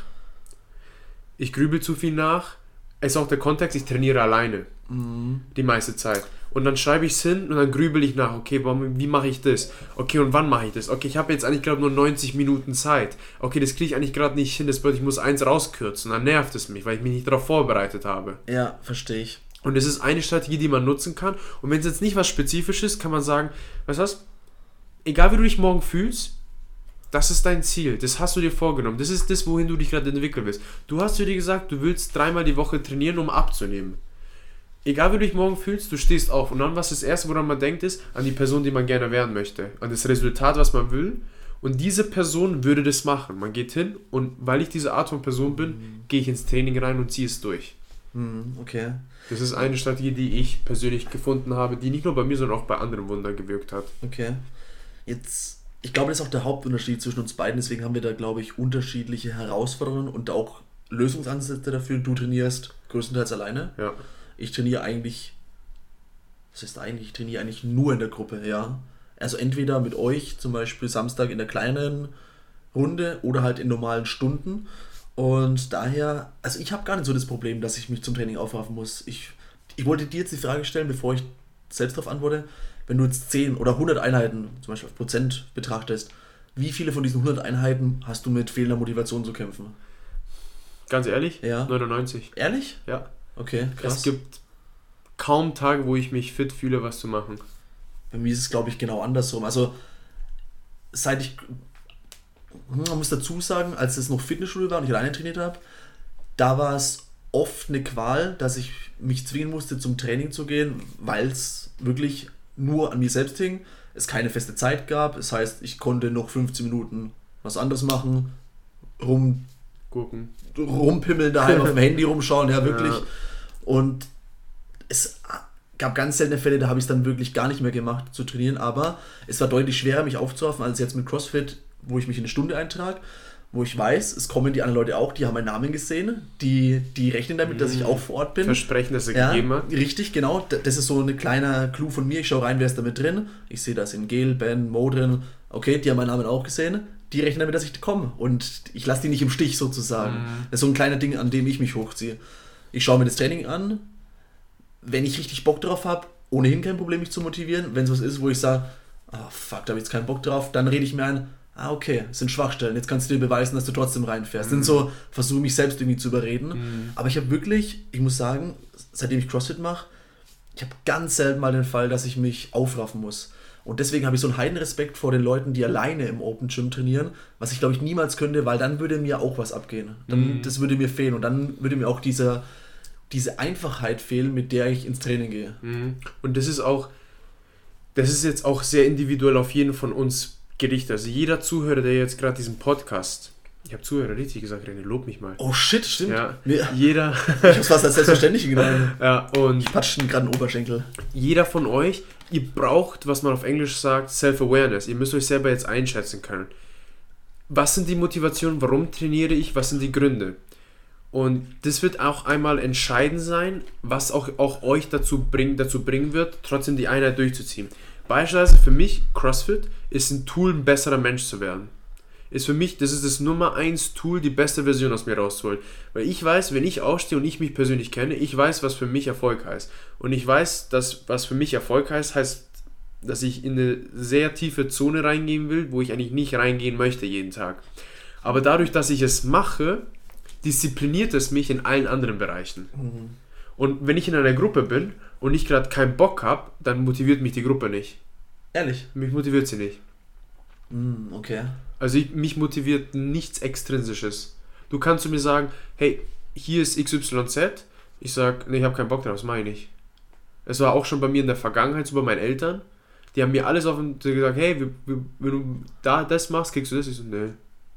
Ich grübel zu viel nach. Es ist auch der Kontext, ich trainiere alleine. Mhm. Die meiste Zeit. Und dann schreibe ich es hin und dann grübel ich nach. Okay, warum, wie mache ich das? Okay, und wann mache ich das? Okay, ich habe jetzt eigentlich gerade nur neunzig Minuten Zeit. Okay, das kriege ich eigentlich gerade nicht hin. Das bedeutet, ich muss eins rauskürzen. Dann nervt es mich, weil ich mich nicht darauf vorbereitet habe. Ja, verstehe ich. Und das ist eine Strategie, die man nutzen kann. Und wenn es jetzt nicht was Spezifisches ist, kann man sagen, weißt du was? Egal wie du dich morgen fühlst, das ist dein Ziel. Das hast du dir vorgenommen. Das ist das, wohin du dich gerade entwickeln willst. Du hast dir gesagt, du willst dreimal die Woche trainieren, um abzunehmen. Egal wie du dich morgen fühlst, du stehst auf. Und dann, was das Erste, woran man denkt, ist an die Person, die man gerne werden möchte. An das Resultat, was man will. Und diese Person würde das machen. Man geht hin und weil ich diese Art von Person bin, mhm. gehe ich ins Training rein und ziehe es durch. Mhm, okay. Das ist eine Strategie, die ich persönlich gefunden habe, die nicht nur bei mir, sondern auch bei anderen Wunder gewirkt hat. Okay. Jetzt, ich glaube, das ist auch der Hauptunterschied zwischen uns beiden, deswegen haben wir da, glaube ich, unterschiedliche Herausforderungen und auch Lösungsansätze dafür. Du trainierst größtenteils alleine. Ja. Ich trainiere eigentlich, was heißt eigentlich, ich trainiere eigentlich nur in der Gruppe, ja. Also entweder mit euch, zum Beispiel Samstag in der kleinen Runde oder halt in normalen Stunden. Und daher, also ich habe gar nicht so das Problem, dass ich mich zum Training aufraffen muss. Ich, ich wollte dir jetzt die Frage stellen, bevor ich selbst darauf antworte, wenn du jetzt zehn oder hundert Einheiten, zum Beispiel auf Prozent betrachtest, wie viele von diesen hundert Einheiten hast du mit fehlender Motivation zu kämpfen? Ganz ehrlich? Ja. neunundneunzig. Ehrlich? Ja. Okay, krass. Es gibt kaum Tage, wo ich mich fit fühle, was zu machen. Bei mir ist es, glaube ich, genau andersrum. Also, seit ich, man muss dazu sagen, als es noch Fitnessstudio war und ich alleine trainiert habe, da war es oft eine Qual, dass ich mich zwingen musste, zum Training zu gehen, weil es wirklich nur an mir selbst hing, es keine feste Zeit gab. Das heißt, ich konnte noch fünfzehn Minuten was anderes machen, rum, gucken, rumpimmeln daheim auf dem Handy rumschauen, ja wirklich. Ja. Und es gab ganz seltene Fälle, da habe ich es dann wirklich gar nicht mehr gemacht, zu trainieren, aber es war deutlich schwerer, mich aufzuraffen, als jetzt mit CrossFit, wo ich mich in eine Stunde eintrage, wo ich weiß, es kommen die anderen Leute auch, die haben meinen Namen gesehen, die, die rechnen damit, dass ich auch vor Ort bin. Versprechen, dass er ja, gegeben hat. Richtig, genau. Das ist so ein kleiner Clou von mir. Ich schaue rein, wer ist damit drin. Ich sehe, da sind Gel, Ben, Mo drin. Okay, die haben meinen Namen auch gesehen. Die rechnen damit, dass ich komme. Und ich lasse die nicht im Stich sozusagen. Mhm. Das ist so ein kleiner Ding, an dem ich mich hochziehe. Ich schaue mir das Training an. Wenn ich richtig Bock drauf habe, ohnehin kein Problem, mich zu motivieren. Wenn es was ist, wo ich sage, oh fuck, da habe ich jetzt keinen Bock drauf, dann rede ich mir ein, ah okay, es sind Schwachstellen, jetzt kannst du dir beweisen, dass du trotzdem reinfährst. Mhm. Sind so, versuche mich selbst irgendwie zu überreden. Mhm. Aber ich habe wirklich, ich muss sagen, seitdem ich CrossFit mache, ich habe ganz selten mal den Fall, dass ich mich aufraffen muss. Und deswegen habe ich so einen Heidenrespekt vor den Leuten, die alleine im Open Gym trainieren, was ich glaube ich niemals könnte, weil dann würde mir auch was abgehen. Dann, mhm. Das würde mir fehlen und dann würde mir auch dieser, diese Einfachheit fehlen, mit der ich ins Training gehe. Mhm. Und das ist auch, das ist jetzt auch sehr individuell auf jeden von uns gerichtet. Also jeder Zuhörer, der jetzt gerade diesen Podcast, ich habe Zuhörer richtig gesagt, René, lob mich mal. Oh shit, stimmt. Ja, ja. Jeder. Ich hab's fast als selbstverständlich genommen. Ja, und ich patschen gerade den Oberschenkel. Jeder von euch, ihr braucht, was man auf Englisch sagt, Self-Awareness. Ihr müsst euch selber jetzt einschätzen können. Was sind die Motivationen, warum trainiere ich, was sind die Gründe? Und das wird auch einmal entscheidend sein, was auch, auch euch dazu, bring, dazu bringen wird, trotzdem die Einheit durchzuziehen. Beispielsweise für mich, CrossFit ist ein Tool, ein besserer Mensch zu werden. Ist für mich, das ist das Nummer eins Tool, die beste Version aus mir rauszuholen. Weil ich weiß, wenn ich aufstehe und ich mich persönlich kenne, ich weiß, was für mich Erfolg heißt. Und ich weiß, dass was für mich Erfolg heißt, heißt, dass ich in eine sehr tiefe Zone reingehen will, wo ich eigentlich nicht reingehen möchte jeden Tag. Aber dadurch, dass ich es mache, diszipliniert es mich in allen anderen Bereichen. Mhm. Und wenn ich in einer Gruppe bin und ich gerade keinen Bock habe, dann motiviert mich die Gruppe nicht. Ehrlich? Mich motiviert sie nicht. Mhm, okay. Also ich, mich motiviert nichts Extrinsisches. Du kannst zu mir sagen, hey, hier ist X Y Z. Ich sage, nee, ich habe keinen Bock drauf, das mache ich nicht. Es war auch schon bei mir in der Vergangenheit so bei meinen Eltern. Die haben mir alles auf den gesagt, hey, wenn du da das machst, kriegst du das. Ich so, nee.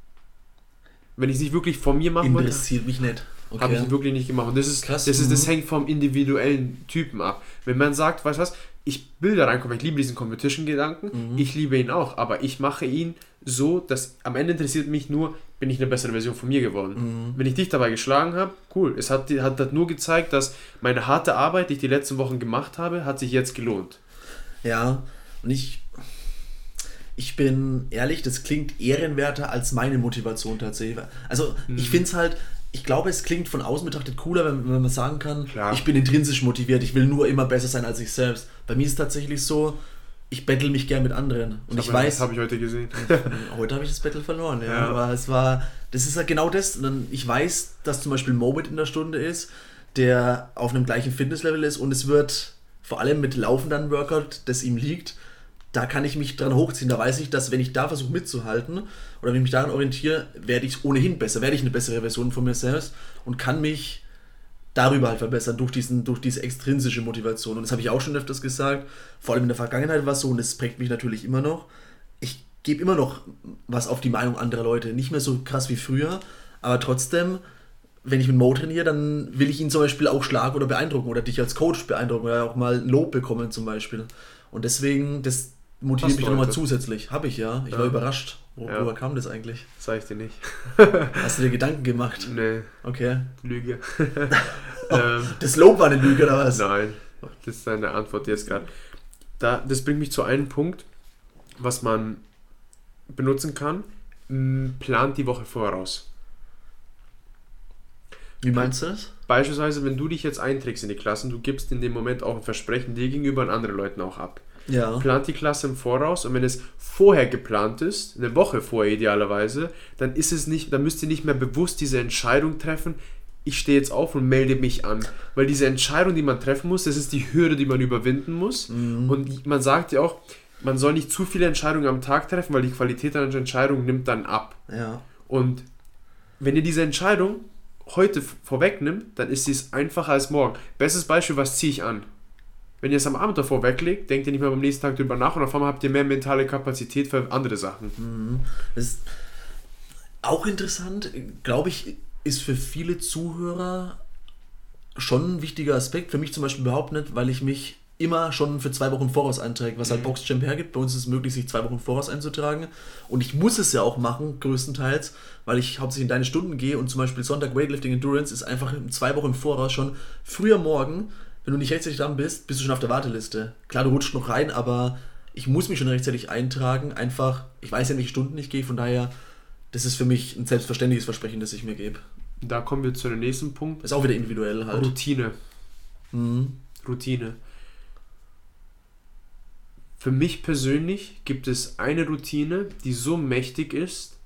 Wenn ich es nicht wirklich von mir machen wollte, interessiert mich nicht. Okay. Habe ich wirklich nicht gemacht. Und das ist, Krass, das, ist, das hängt vom individuellen Typen ab. Wenn man sagt, weißt du was, ich will da reinkommen, ich liebe diesen Competition-Gedanken, mhm. ich liebe ihn auch, aber ich mache ihn so, dass am Ende interessiert mich nur, bin ich eine bessere Version von mir geworden. Mhm. Wenn ich dich dabei geschlagen habe, cool. Es hat, hat, hat nur gezeigt, dass meine harte Arbeit, die ich die letzten Wochen gemacht habe, hat sich jetzt gelohnt. Ja, und ich... Ich bin ehrlich, das klingt ehrenwerter als meine Motivation tatsächlich. Also mhm. ich finde es halt, ich glaube, es klingt von außen betrachtet cooler, wenn, wenn man sagen kann, Klar. ich bin intrinsisch motiviert, ich will nur immer besser sein als ich selbst. Bei mir ist es tatsächlich so, ich battle mich gern mit anderen. Und ich, ich weiß... Das habe ich heute gesehen. Heute habe ich das Battle verloren, ja. ja. Aber es war, das ist halt genau das. Ich weiß, dass zum Beispiel Mobit in der Stunde ist, der auf einem gleichen Fitnesslevel ist und es wird vor allem mit Laufen dann ein Workout, das ihm liegt. Da kann ich mich dran hochziehen. Da weiß ich, dass wenn ich da versuche mitzuhalten oder wenn ich mich daran orientiere, werde ich ohnehin besser, werde ich eine bessere Version von mir selbst und kann mich darüber halt verbessern, durch, diesen, durch diese extrinsische Motivation. Und das habe ich auch schon öfters gesagt, vor allem in der Vergangenheit war es so und das prägt mich natürlich immer noch. Ich gebe immer noch was auf die Meinung anderer Leute. Nicht mehr so krass wie früher, aber trotzdem, wenn ich mit Mo trainiere, dann will ich ihn zum Beispiel auch schlagen oder beeindrucken oder dich als Coach beeindrucken oder auch mal Lob bekommen zum Beispiel. Und deswegen, das motiviert mich dann nochmal zusätzlich. Habe ich ja. Ich ja. war überrascht. Wo, ja. Woher kam das eigentlich? Sag ich dir nicht. Hast du dir Gedanken gemacht? Nee. Okay. Lüge. ähm, das Lob war eine Lüge, oder was? Nein. Das ist deine Antwort jetzt gerade. Da, das bringt mich zu einem Punkt, was man benutzen kann. Plant die Woche voraus. Wie meinst du das? Beispielsweise, wenn du dich jetzt einträgst in die Klassen, du gibst in dem Moment auch ein Versprechen dir gegenüber und anderen Leuten auch ab. Ja. Plant die Klasse im Voraus und wenn es vorher geplant ist, eine Woche vorher idealerweise, dann ist es nicht, dann müsst ihr nicht mehr bewusst diese Entscheidung treffen, ich stehe jetzt auf und melde mich an. Weil diese Entscheidung, die man treffen muss, das ist die Hürde, die man überwinden muss. Mhm. Und man sagt ja auch, man soll nicht zu viele Entscheidungen am Tag treffen, weil die Qualität einer Entscheidung nimmt dann ab. Ja. Und wenn ihr diese Entscheidung heute vorwegnimmt, dann ist sie es einfacher als morgen. Bestes Beispiel, was ziehe ich an? Wenn ihr es am Abend davor weglegt, denkt ihr nicht mehr beim nächsten Tag drüber nach und auf einmal habt ihr mehr mentale Kapazität für andere Sachen. Mhm. Das ist auch interessant, glaube ich, ist für viele Zuhörer schon ein wichtiger Aspekt. Für mich zum Beispiel überhaupt nicht, weil ich mich immer schon für zwei Wochen voraus einträge, was halt Mhm. Boxgym hergibt. Bei uns ist es möglich, sich zwei Wochen voraus einzutragen. Und ich muss es ja auch machen, größtenteils, weil ich hauptsächlich in deine Stunden gehe und zum Beispiel Sonntag Weightlifting Endurance ist einfach zwei Wochen im Voraus schon früher morgen. Wenn du nicht rechtzeitig dran bist, bist du schon auf der Warteliste. Klar, du rutschst noch rein, aber ich muss mich schon rechtzeitig eintragen. Einfach, ich weiß ja, in welche Stunden ich gehe, von daher, das ist für mich ein selbstverständliches Versprechen, das ich mir gebe. Da kommen wir zu dem nächsten Punkt. Ist auch wieder individuell halt. Routine. Mhm. Routine. Für mich persönlich gibt es eine Routine, die so mächtig ist,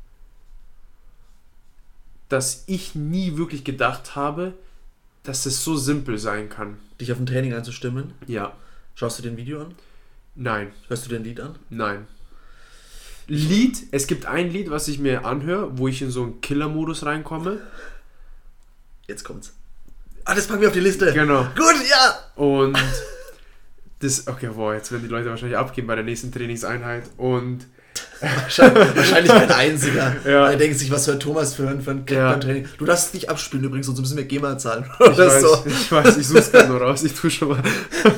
dass ich nie wirklich gedacht habe, dass es so simpel sein kann. Dich auf ein Training einzustimmen? Ja. Schaust du dir ein Video an? Nein. Hörst du dir ein Lied an? Nein. Lied, es gibt ein Lied, was ich mir anhöre, wo ich in so einen Killer-Modus reinkomme. Jetzt kommt's. Ah, das packen wir auf die Liste. Genau. Gut, ja. Und das, okay, boah, jetzt werden die Leute wahrscheinlich abgehen bei der nächsten Trainingseinheit und wahrscheinlich, wahrscheinlich kein einziger. Ja. Man denkt sich, was hört Thomas für ein, für ein ja. Training. Du darfst es nicht abspielen übrigens, sonst müssen wir GEMA zahlen. Ich weiß, so. ich weiß, ich suche es gerade nur raus. Ich tue schon mal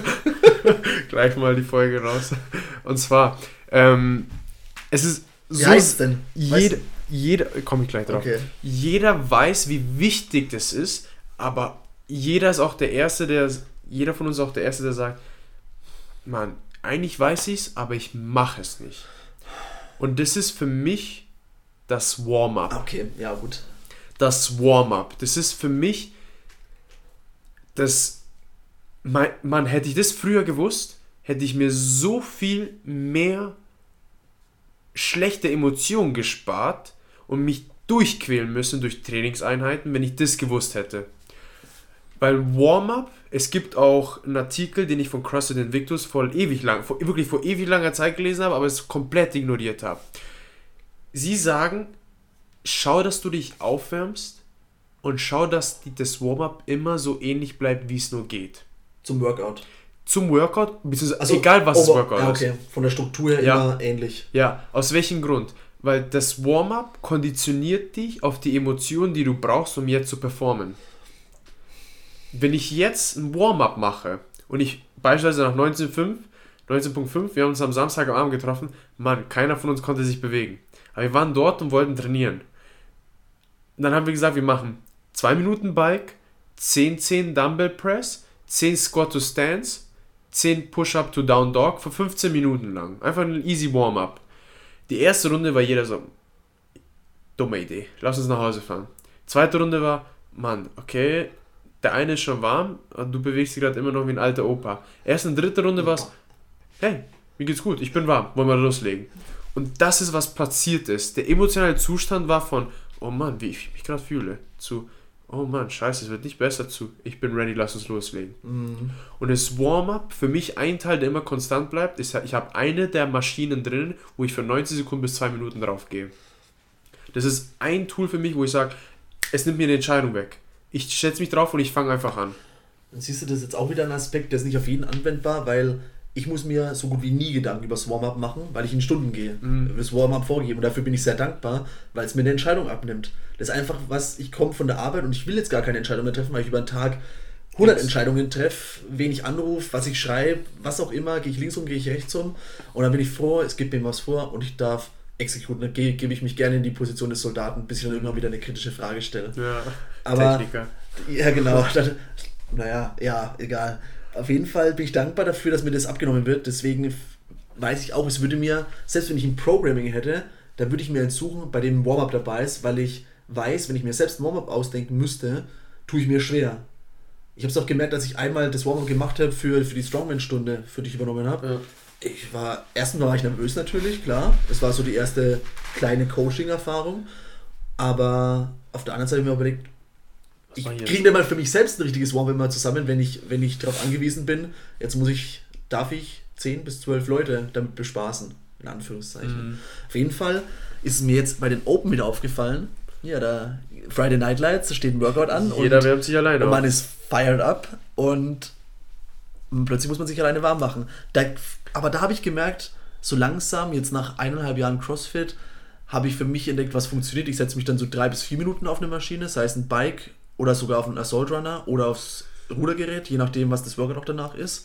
gleich mal die Folge raus. Und zwar, ähm, es ist wie so... heißt es denn? Jeder, jeder, komme ich gleich drauf. Okay. Jeder weiß, wie wichtig das ist, aber jeder ist auch der Erste, der, jeder von uns ist auch der Erste, der sagt, Mann, eigentlich weiß ich es, aber ich mache es nicht. Und das ist für mich das Warm-up. Okay, ja gut. Das Warm-up. Das ist für mich das... Man, man, hätte ich das früher gewusst, hätte ich mir so viel mehr schlechte Emotionen gespart und mich durchquälen müssen durch Trainingseinheiten, wenn ich das gewusst hätte. Weil Warm-up, es gibt auch einen Artikel, den ich von CrossFit Invictus vor ewig lang, vor, wirklich vor ewig langer Zeit gelesen habe, aber es komplett ignoriert habe. Sie sagen, schau, dass du dich aufwärmst und schau, dass die, das Warm-up immer so ähnlich bleibt, wie es nur geht. Zum Workout. Zum Workout, beziehungsweise also, egal was over, das Workout ja, okay. ist. Von der Struktur her ja. immer ähnlich. Ja, aus welchem Grund? Weil das Warm-up konditioniert dich auf die Emotionen, die du brauchst, um jetzt zu performen. Wenn ich jetzt ein Warm-up mache und ich beispielsweise nach neunzehn Komma fünf, neunzehn Komma fünf, wir haben uns am Samstag am Abend getroffen, Mann, keiner von uns konnte sich bewegen. Aber wir waren dort und wollten trainieren. Und dann haben wir gesagt, wir machen zwei Minuten Bike, zehn zehn Dumbbell Press, zehn Squat to Stance, zehn Push-Up to Down Dog für fünfzehn Minuten lang. Einfach ein easy Warm-up. Die erste Runde war jeder so, dumme Idee, lass uns nach Hause fahren. Zweite Runde war, Mann, okay, der eine ist schon warm und du bewegst dich gerade immer noch wie ein alter Opa. Erst in der dritten Runde war es, hey, mir geht's gut, ich bin warm, wollen wir loslegen. Und das ist, was passiert ist. Der emotionale Zustand war von, oh Mann, wie ich mich gerade fühle, zu, oh Mann, scheiße, es wird nicht besser, zu, ich bin ready, lass uns loslegen. Mhm. Und das Warm-up, für mich ein Teil, der immer konstant bleibt, ist, ich habe eine der Maschinen drin, wo ich für neunzig Sekunden bis zwei Minuten drauf gehe. Das ist ein Tool für mich, wo ich sage, es nimmt mir eine Entscheidung weg. Ich setze mich drauf und ich fange einfach an. Dann siehst du, das ist jetzt auch wieder ein Aspekt, der ist nicht auf jeden anwendbar, weil ich muss mir so gut wie nie Gedanken über das Warm-up machen, weil ich in Stunden gehe. Mhm. Das Warm-up vorgegeben. Und dafür bin ich sehr dankbar, weil es mir eine Entscheidung abnimmt. Das ist einfach was, ich komme von der Arbeit und ich will jetzt gar keine Entscheidung mehr treffen, weil ich über den Tag hundert Jetzt. Entscheidungen treffe, wen ich anrufe, was ich schreibe, was auch immer, gehe ich links rum, gehe ich rechts rum. Und dann bin ich froh, es gibt mir was vor und ich darf exekutieren. Dann gebe geb ich mich gerne in die Position des Soldaten, bis ich dann irgendwann wieder eine kritische Frage stelle. Ja, aber, Techniker. Ja, genau. Dann, naja, ja, egal. Auf jeden Fall bin ich dankbar dafür, dass mir das abgenommen wird. Deswegen weiß ich auch, es würde mir, selbst wenn ich ein Programming hätte, dann würde ich mir eins suchen, bei dem Warm-up dabei ist, weil ich weiß, wenn ich mir selbst ein Warm-up ausdenken müsste, tue ich mir schwer. Ich habe es auch gemerkt, dass ich einmal das Warm-up gemacht habe für, für die Strongman-Stunde, für die ich übernommen habe. Ja. Ich war, erstens war ich nervös natürlich, klar. Das war so die erste kleine Coaching-Erfahrung. Aber auf der anderen Seite habe ich mir überlegt, ich kriege dann mal für mich selbst ein richtiges Warm-up mal zusammen, wenn ich, wenn ich darauf angewiesen bin. Jetzt muss ich, darf ich zehn bis zwölf Leute damit bespaßen, in Anführungszeichen. Mhm. Auf jeden Fall ist es mir jetzt bei den Open wieder aufgefallen. Ja, da Friday Night Lights, da steht ein Workout an. Jeder und, wärmt sich alleine. Und man auf. ist fired up und plötzlich muss man sich alleine warm machen. Da, aber da habe ich gemerkt, so langsam, jetzt nach eineinhalb Jahren CrossFit, habe ich für mich entdeckt, was funktioniert. Ich setze mich dann so drei bis vier Minuten auf eine Maschine, sei es ein Bike oder sogar auf einen Assault Runner oder aufs Rudergerät, je nachdem, was das Workout auch danach ist.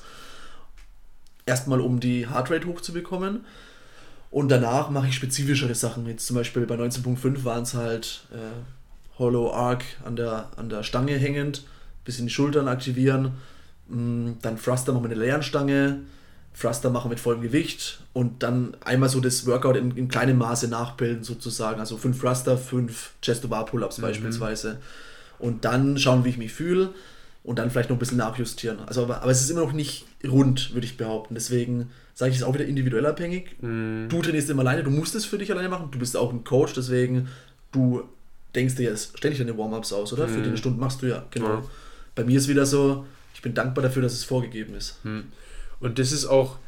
Erstmal, um die Heartrate hochzubekommen. Und danach mache ich spezifischere Sachen. Jetzt zum Beispiel bei neunzehn Punkt fünf waren es halt äh, Hollow Arc an der, an der Stange hängend, bisschen die Schultern aktivieren, dann Thruster machen wir mit einer leeren Stange, Thruster machen mit vollem Gewicht und dann einmal so das Workout in, in kleinem Maße nachbilden sozusagen, also fünf Thruster, fünf Chest-to-Bar-Pull-Ups mhm. beispielsweise und dann schauen, wie ich mich fühle und dann vielleicht noch ein bisschen nachjustieren. Also, aber, aber es ist immer noch nicht rund, würde ich behaupten, deswegen sage ich, es ist auch wieder individuell abhängig. Mhm. Du trainierst immer alleine, du musst es für dich alleine machen, du bist auch ein Coach, deswegen du denkst dir jetzt ständig deine Warm-Ups aus, oder? Mhm. Für deine Stunden machst du ja, genau. Ja. Bei mir ist wieder so, ich bin dankbar dafür, dass es vorgegeben ist. Und das ist auch,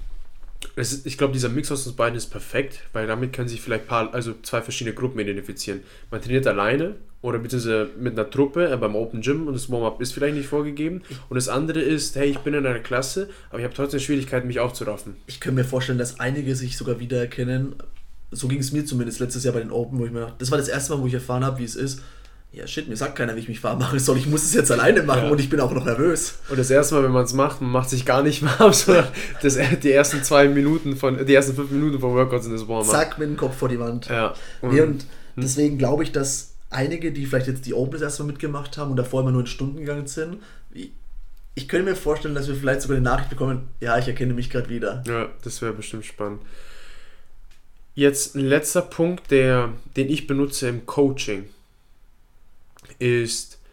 das ist, ich glaube, dieser Mix aus uns beiden ist perfekt, weil damit können sich vielleicht paar, also zwei verschiedene Gruppen identifizieren. Man trainiert alleine oder beziehungsweise mit einer Truppe äh, beim Open Gym und das Warm-Up ist vielleicht nicht vorgegeben. Und das andere ist, hey, ich bin in einer Klasse, aber ich habe trotzdem Schwierigkeiten, mich aufzuraffen. Ich könnte mir vorstellen, dass einige sich sogar wiedererkennen. So ging es mir zumindest letztes Jahr bei den Open, wo ich mir dachte, das war das erste Mal, wo ich erfahren habe, wie es ist. Ja, shit, mir sagt keiner, wie ich mich warm machen soll. Ich muss es jetzt alleine machen ja. und ich bin auch noch nervös. Und das erste Mal, wenn man es macht, man macht sich gar nicht warm, sondern das, die ersten zwei Minuten von, die ersten fünf Minuten vom Workout sind das Warm-up. Zack, mit dem Kopf vor die Wand. Ja. Und, nee, und hm. deswegen glaube ich, dass einige, die vielleicht jetzt die Open das erste Mal mitgemacht haben und davor immer nur in Stunden gegangen sind, ich, ich könnte mir vorstellen, dass wir vielleicht sogar eine Nachricht bekommen, ja, ich erkenne mich gerade wieder. Ja, das wäre bestimmt spannend. Jetzt ein letzter Punkt, der, den ich benutze im Coaching, ist,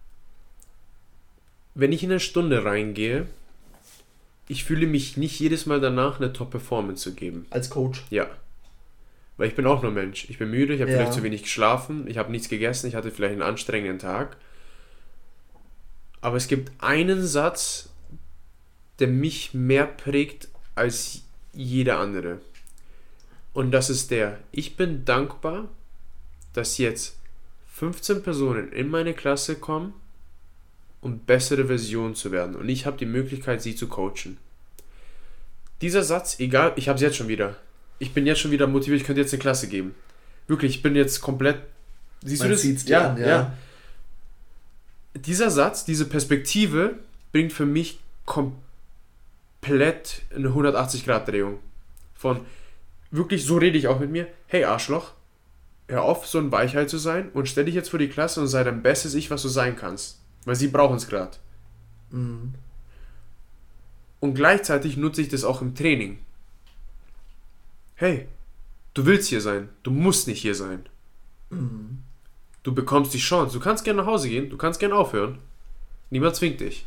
wenn ich in eine Stunde reingehe, ich fühle mich nicht jedes Mal danach, eine Top-Performance zu geben. Als Coach? Ja. Weil ich bin auch nur Mensch. Ich bin müde, ich habe ja. vielleicht zu wenig geschlafen, ich habe nichts gegessen, ich hatte vielleicht einen anstrengenden Tag. Aber es gibt einen Satz, der mich mehr prägt als jeder andere. Und das ist der, ich bin dankbar, dass jetzt fünfzehn Personen in meine Klasse kommen, um bessere Versionen zu werden. Und ich habe die Möglichkeit, sie zu coachen. Dieser Satz, egal, ich habe es jetzt schon wieder. Ich bin jetzt schon wieder motiviert, ich könnte jetzt eine Klasse geben. Wirklich, ich bin jetzt komplett... Siehst Man du das? Sieht's ja, an, ja, ja. Dieser Satz, diese Perspektive bringt für mich komplett eine hundertachtzig Grad Drehung. Von wirklich, so rede ich auch mit mir, hey Arschloch, hör auf, so ein Weichheit zu sein und stell dich jetzt vor die Klasse und sei dein bestes Ich, was du sein kannst. Weil sie brauchen es gerade. Mhm. Und gleichzeitig nutze ich das auch im Training. Hey, du willst hier sein, du musst nicht hier sein. Mhm. Du bekommst die Chance, du kannst gerne nach Hause gehen, du kannst gerne aufhören. Niemand zwingt dich.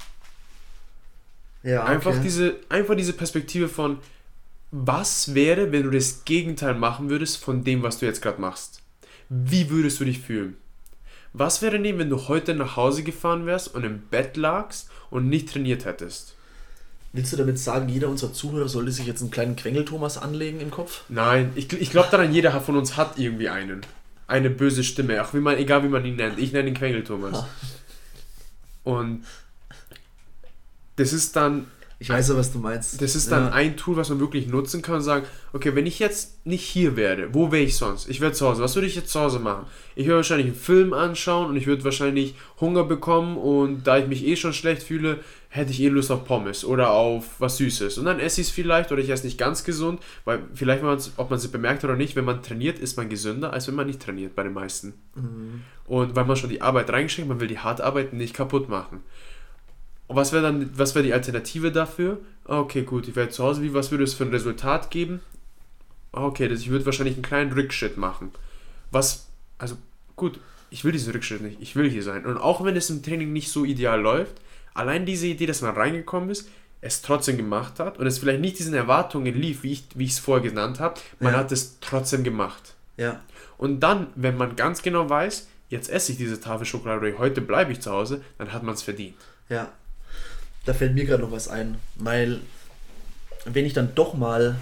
Ja, okay. Einfach diese, einfach diese Perspektive von, was wäre, wenn du das Gegenteil machen würdest von dem, was du jetzt gerade machst? Wie würdest du dich fühlen? Was wäre denn, wenn du heute nach Hause gefahren wärst und im Bett lagst und nicht trainiert hättest? Willst du damit sagen, jeder unserer Zuhörer sollte sich jetzt einen kleinen Quengel-Thomas anlegen im Kopf? Nein, ich, ich glaube daran, jeder von uns hat irgendwie einen. Eine böse Stimme, auch wie man, egal wie man ihn nennt. Ich nenne ihn Quengel-Thomas. Und das ist dann Ich weiß ja, was du meinst. Das ist dann ja. ein Tool, was man wirklich nutzen kann und sagen, okay, wenn ich jetzt nicht hier wäre, wo wäre ich sonst? Ich wäre zu Hause. Was würde ich jetzt zu Hause machen? Ich würde wahrscheinlich einen Film anschauen und ich würde wahrscheinlich Hunger bekommen und da ich mich eh schon schlecht fühle, hätte ich eh Lust auf Pommes oder auf was Süßes. Und dann esse ich es vielleicht oder ich esse nicht ganz gesund, weil vielleicht, ob man es bemerkt oder nicht, wenn man trainiert, ist man gesünder, als wenn man nicht trainiert bei den meisten. Mhm. Und weil man schon die Arbeit reingeschickt, man will die harte Arbeit nicht kaputt machen. Und was wäre dann, was wäre die Alternative dafür? Okay, gut, ich wäre zu Hause, wie, was würde es für ein Resultat geben? Okay, das, ich würde wahrscheinlich einen kleinen Rückschritt machen. Was, also gut, ich will diesen Rückschritt nicht, ich will hier sein. Und auch wenn es im Training nicht so ideal läuft, allein diese Idee, dass man reingekommen ist, es trotzdem gemacht hat und es vielleicht nicht diesen Erwartungen lief, wie ich wie ich es vorher genannt habe, man ja. hat es trotzdem gemacht. Ja. Und dann, wenn man ganz genau weiß, jetzt esse ich diese Tafel Schokolade, heute bleibe ich zu Hause, dann hat man es verdient. Ja. Da fällt mir gerade noch was ein, weil wenn ich dann doch mal,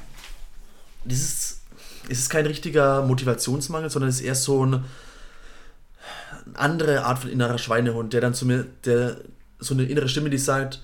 das ist, es ist kein richtiger Motivationsmangel, sondern es ist eher so ein, eine andere Art von innerer Schweinehund, der dann zu mir, der so eine innere Stimme, die sagt,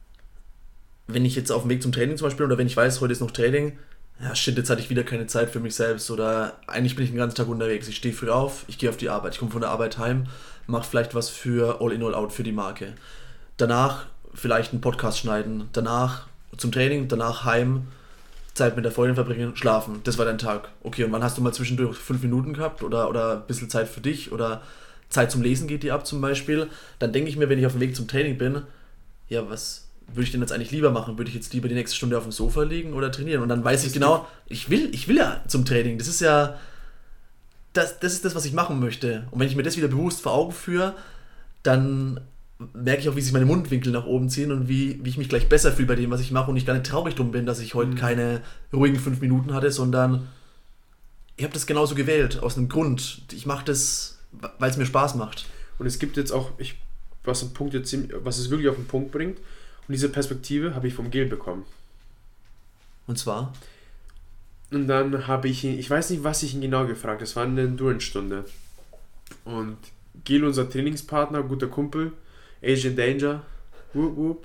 wenn ich jetzt auf dem Weg zum Training zum Beispiel oder wenn ich weiß, heute ist noch Training, ja shit, jetzt hatte ich wieder keine Zeit für mich selbst oder eigentlich bin ich den ganzen Tag unterwegs, ich stehe früh auf, ich gehe auf die Arbeit, ich komme von der Arbeit heim, mache vielleicht was für All In All Out für die Marke. Danach vielleicht einen Podcast schneiden, danach zum Training, danach heim, Zeit mit der Freundin verbringen, schlafen. Das war dein Tag. Okay, und wann hast du mal zwischendurch fünf Minuten gehabt oder, oder ein bisschen Zeit für dich oder Zeit zum Lesen geht dir ab zum Beispiel? Dann denke ich mir, wenn ich auf dem Weg zum Training bin, ja, was würde ich denn jetzt eigentlich lieber machen? Würde ich jetzt lieber die nächste Stunde auf dem Sofa liegen oder trainieren? Und dann weiß ich genau, ich will, ich will ja zum Training. Das ist ja, das, das ist das, was ich machen möchte. Und wenn ich mir das wieder bewusst vor Augen führe, dann merke ich auch, wie sich meine Mundwinkel nach oben ziehen und wie, wie ich mich gleich besser fühle bei dem, was ich mache und ich gar nicht traurig drum bin, dass ich heute mhm. keine ruhigen fünf Minuten hatte, sondern ich habe das genauso gewählt, aus einem Grund. Ich mache das, weil es mir Spaß macht. Und es gibt jetzt auch, ich, was, ein Punkt jetzt, was es wirklich auf den Punkt bringt, und diese Perspektive habe ich vom Gil bekommen. Und zwar? Und dann habe ich ihn, ich weiß nicht, was ich ihn genau gefragt, das war eine Endurance-Stunde. Und Gil, unser Trainingspartner, guter Kumpel, Asian Danger, whoop whoop.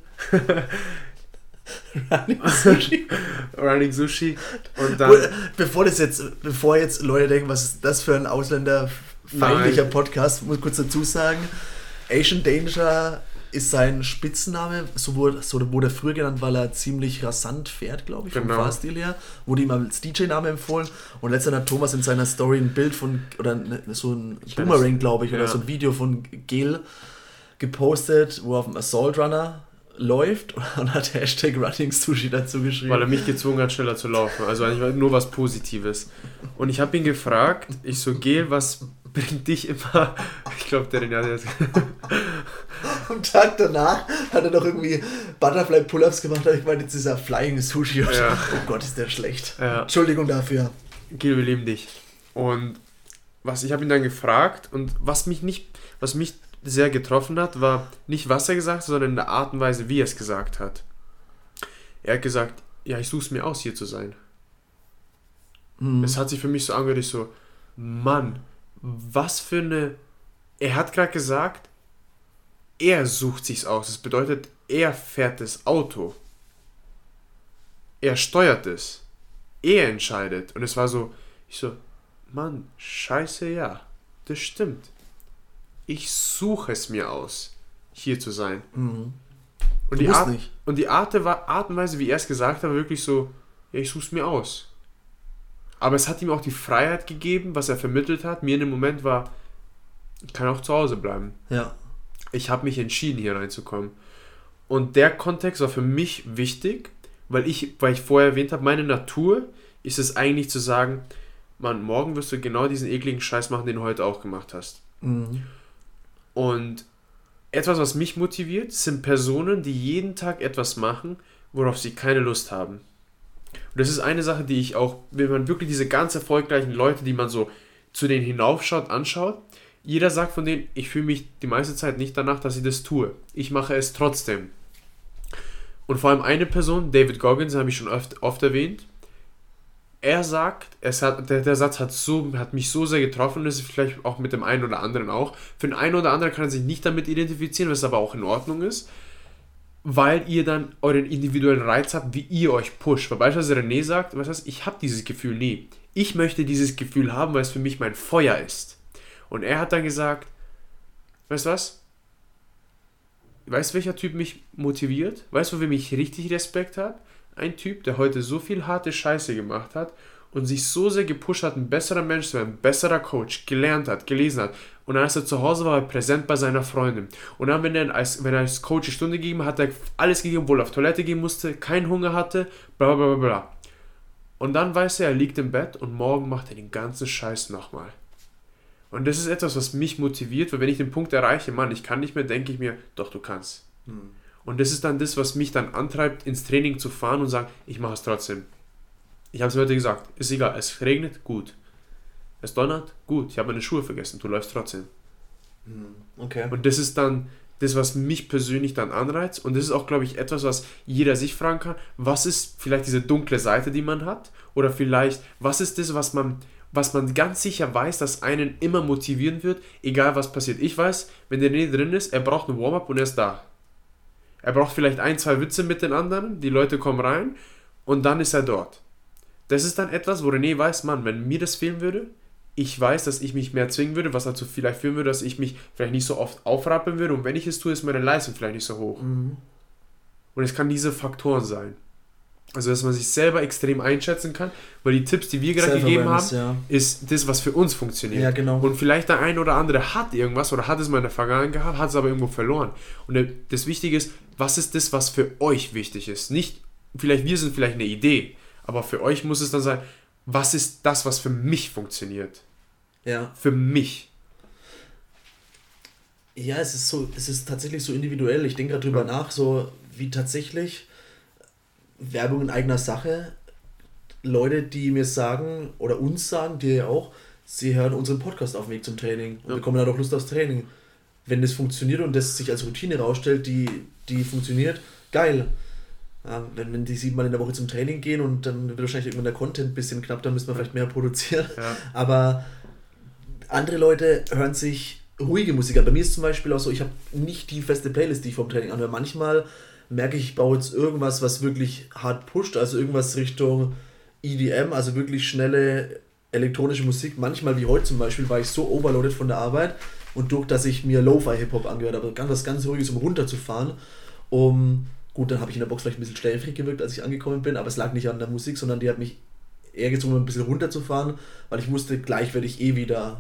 Running Sushi. Running Sushi. Und dann, bevor, das jetzt, bevor jetzt Leute denken, was ist das für ein ausländerfeindlicher Nein. Podcast, muss ich kurz dazu sagen, Asian Danger ist sein Spitzname, so wurde, so wurde er früher genannt, weil er ziemlich rasant fährt, glaube ich, vom genau. Fahrstil her. Wurde ihm als D J-Name empfohlen. Und letztens hat Thomas in seiner Story ein Bild von, oder so ein Boomerang, glaube ich, oder ja. so ein Video von Gil gepostet, wo er auf dem Assault Runner läuft und hat Hashtag Running Sushi dazu geschrieben. Weil er mich gezwungen hat, schneller zu laufen. Also eigentlich nur was Positives. Und ich habe ihn gefragt, ich so, Gel, was bringt dich immer... Ich glaube, der den hat jetzt... Am Tag danach hat er noch irgendwie Butterfly Pull-Ups gemacht, aber ich meine, jetzt ist er Flying Sushi. Ja. Oh Gott, ist der schlecht. Ja. Entschuldigung dafür. Gel, wir lieben dich. Und was ich habe ihn dann gefragt und was mich nicht... Was mich sehr getroffen hat, war nicht, was er gesagt hat, sondern in der Art und Weise, wie er es gesagt hat. Er hat gesagt, ja, ich suche es mir aus, hier zu sein. Mhm. Es hat sich für mich so angehört, ich so, Mann, was für eine... Er hat gerade gesagt, er sucht sich's aus. Das bedeutet, er fährt das Auto. Er steuert es. Er entscheidet. Und es war so, ich so, Mann, scheiße, ja, das stimmt. Ich suche es mir aus, hier zu sein. Mhm. Und, die Art, nicht. und die Art, Art und Weise, wie er es gesagt hat, war wirklich so, ja, ich suche es mir aus. Aber es hat ihm auch die Freiheit gegeben, was er vermittelt hat. Mir in dem Moment war, ich kann auch zu Hause bleiben. Ja. Ich habe mich entschieden, hier reinzukommen. Und der Kontext war für mich wichtig, weil ich, weil ich vorher erwähnt habe, meine Natur ist es eigentlich zu sagen, Mann, morgen wirst du genau diesen ekligen Scheiß machen, den du heute auch gemacht hast. Mhm. Und etwas, was mich motiviert, sind Personen, die jeden Tag etwas machen, worauf sie keine Lust haben. Und das ist eine Sache, die ich auch, wenn man wirklich diese ganz erfolgreichen Leute, die man so zu denen hinaufschaut, anschaut, jeder sagt von denen, ich fühle mich die meiste Zeit nicht danach, dass ich das tue. Ich mache es trotzdem. Und vor allem eine Person, David Goggins, habe ich schon oft, oft erwähnt, er sagt, es hat, der, der Satz hat, so, hat mich so sehr getroffen, und das ist vielleicht auch mit dem einen oder anderen auch. Für den einen oder anderen kann er sich nicht damit identifizieren, was aber auch in Ordnung ist. weil ihr dann euren individuellen Reiz habt, wie ihr euch pusht. Weil beispielsweise René sagt, was heißt, ich habe dieses Gefühl nie. Ich möchte dieses Gefühl haben, weil es für mich mein Feuer ist. Und er hat dann gesagt, weißt du was? Weißt du, welcher Typ mich motiviert? Weißt du, wo mich richtig Respekt hat? Ein Typ, der heute so viel harte Scheiße gemacht hat und sich so sehr gepusht hat, ein besserer Mensch zu werden, ein besserer Coach, gelernt hat, gelesen hat. Und dann, als er zu Hause war, war er präsent bei seiner Freundin. Und dann, wenn er als, wenn er als Coach die Stunde gegeben hat, hat er alles gegeben, obwohl er auf Toilette gehen musste, keinen Hunger hatte, bla bla bla bla. Und dann weiß er, er liegt im Bett und morgen macht er den ganzen Scheiß nochmal. Und das ist etwas, was mich motiviert, weil wenn ich den Punkt erreiche, Mann, ich kann nicht mehr, denke ich mir, doch, du kannst. Hm. Und das ist dann das, was mich dann antreibt, ins Training zu fahren und sagen, ich mache es trotzdem. Ich habe es heute gesagt, ist egal, es regnet, gut. Es donnert, gut, ich habe meine Schuhe vergessen, du läufst trotzdem. Hm. Okay. Und das ist dann das, was mich persönlich dann anreizt. Und das ist auch, glaube ich, etwas, was jeder sich fragen kann, was ist vielleicht diese dunkle Seite, die man hat? Oder vielleicht, was ist das, was man... was man ganz sicher weiß, dass einen immer motivieren wird, egal was passiert. Ich weiß, wenn der René drin ist, er braucht ein Warm-up und er ist da. Er braucht vielleicht ein, zwei Witze mit den anderen, die Leute kommen rein und dann ist er dort. Das ist dann etwas, wo René weiß, Mann, wenn mir das fehlen würde, ich weiß, dass ich mich mehr zwingen würde, was dazu vielleicht führen würde, dass ich mich vielleicht nicht so oft aufrappeln würde und wenn ich es tue, ist meine Leistung vielleicht nicht so hoch. Mhm. Und es kann diese Faktoren sein. Also, dass man sich selber extrem einschätzen kann, weil die Tipps, die wir gerade gegeben haben, ja. ist das, was für uns funktioniert. Ja, genau. Und vielleicht der ein oder andere hat irgendwas oder hat es mal in der Vergangenheit gehabt, hat es aber irgendwo verloren. Und das Wichtige ist, was ist das, was für euch wichtig ist? Nicht, vielleicht wir sind vielleicht eine Idee, aber für euch muss es dann sein, was ist das, was für mich funktioniert? Ja. Für mich. Ja, es ist so, es ist tatsächlich so individuell. Ich denke gerade drüber ja. nach, so wie tatsächlich Werbung in eigener Sache, Leute, die mir sagen, oder uns sagen, dir ja auch, sie hören unseren Podcast auf dem Weg zum Training und ja. bekommen dann auch Lust aufs Training. Wenn das funktioniert und das sich als Routine rausstellt, die, die funktioniert, geil. Ja, wenn, wenn die siebenmal in der Woche zum Training gehen und dann wird wahrscheinlich irgendwann der Content ein bisschen knapp, dann müssen wir vielleicht mehr produzieren. Ja. Aber andere Leute hören sich ruhige Musik an. Bei mir ist zum Beispiel auch so, ich habe nicht die feste Playlist, die ich vom Training anhöre. Manchmal merke ich, ich baue jetzt irgendwas, was wirklich hart pusht, also irgendwas Richtung E D M, also wirklich schnelle elektronische Musik. Manchmal, wie heute zum Beispiel, war ich so overloaded von der Arbeit und durch, dass ich mir Lo-Fi-Hip-Hop angehört habe, ganz was ganz Ruhiges, um runterzufahren. Um, gut, dann habe ich in der Box vielleicht ein bisschen schläfrig gewirkt, als ich angekommen bin, aber es lag nicht an der Musik, sondern die hat mich eher gezwungen, ein bisschen runterzufahren, weil ich wusste, gleich werde ich eh wieder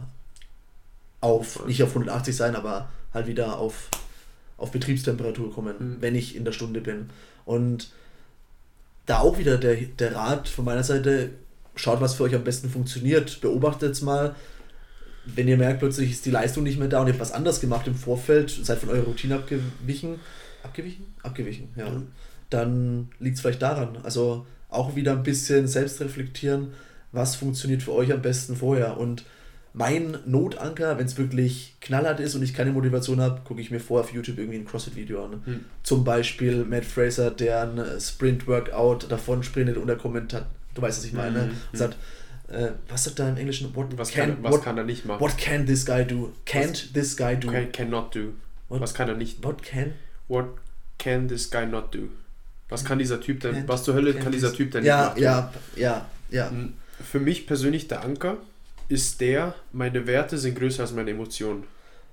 auf, nicht auf hundertachtzig sein, aber halt wieder auf auf Betriebstemperatur kommen, mhm. wenn ich in der Stunde bin. Und da auch wieder der, der Rat von meiner Seite, schaut, was für euch am besten funktioniert, beobachtet es mal, wenn ihr merkt, plötzlich ist die Leistung nicht mehr da und ihr habt was anderes gemacht im Vorfeld, seid von eurer Routine abgewichen, abgewichen? Abgewichen, ja. Mhm. Dann liegt es vielleicht daran. Also auch wieder ein bisschen selbst reflektieren, was funktioniert für euch am besten vorher. Und mein Notanker, wenn es wirklich knallhart ist und ich keine Motivation habe, gucke ich mir vorher auf YouTube irgendwie ein CrossFit-Video an. Hm. Zum Beispiel Matt Fraser, der ein Sprint-Workout davon sprintet und der Kommentar, du weißt, was ich meine, hm. und sagt, äh, was sagt er im Englischen? What was can, kann, was what, kann er nicht machen? What can this guy do? Can't was, this guy do? Can, cannot do. What, was kann er nicht? What can? What can this guy not do? Was kann dieser Typ denn, was zur Hölle kann dieser Typ denn ja, nicht machen? Ja, ja, ja. Für mich persönlich der Anker ist der, meine Werte sind größer als meine Emotionen.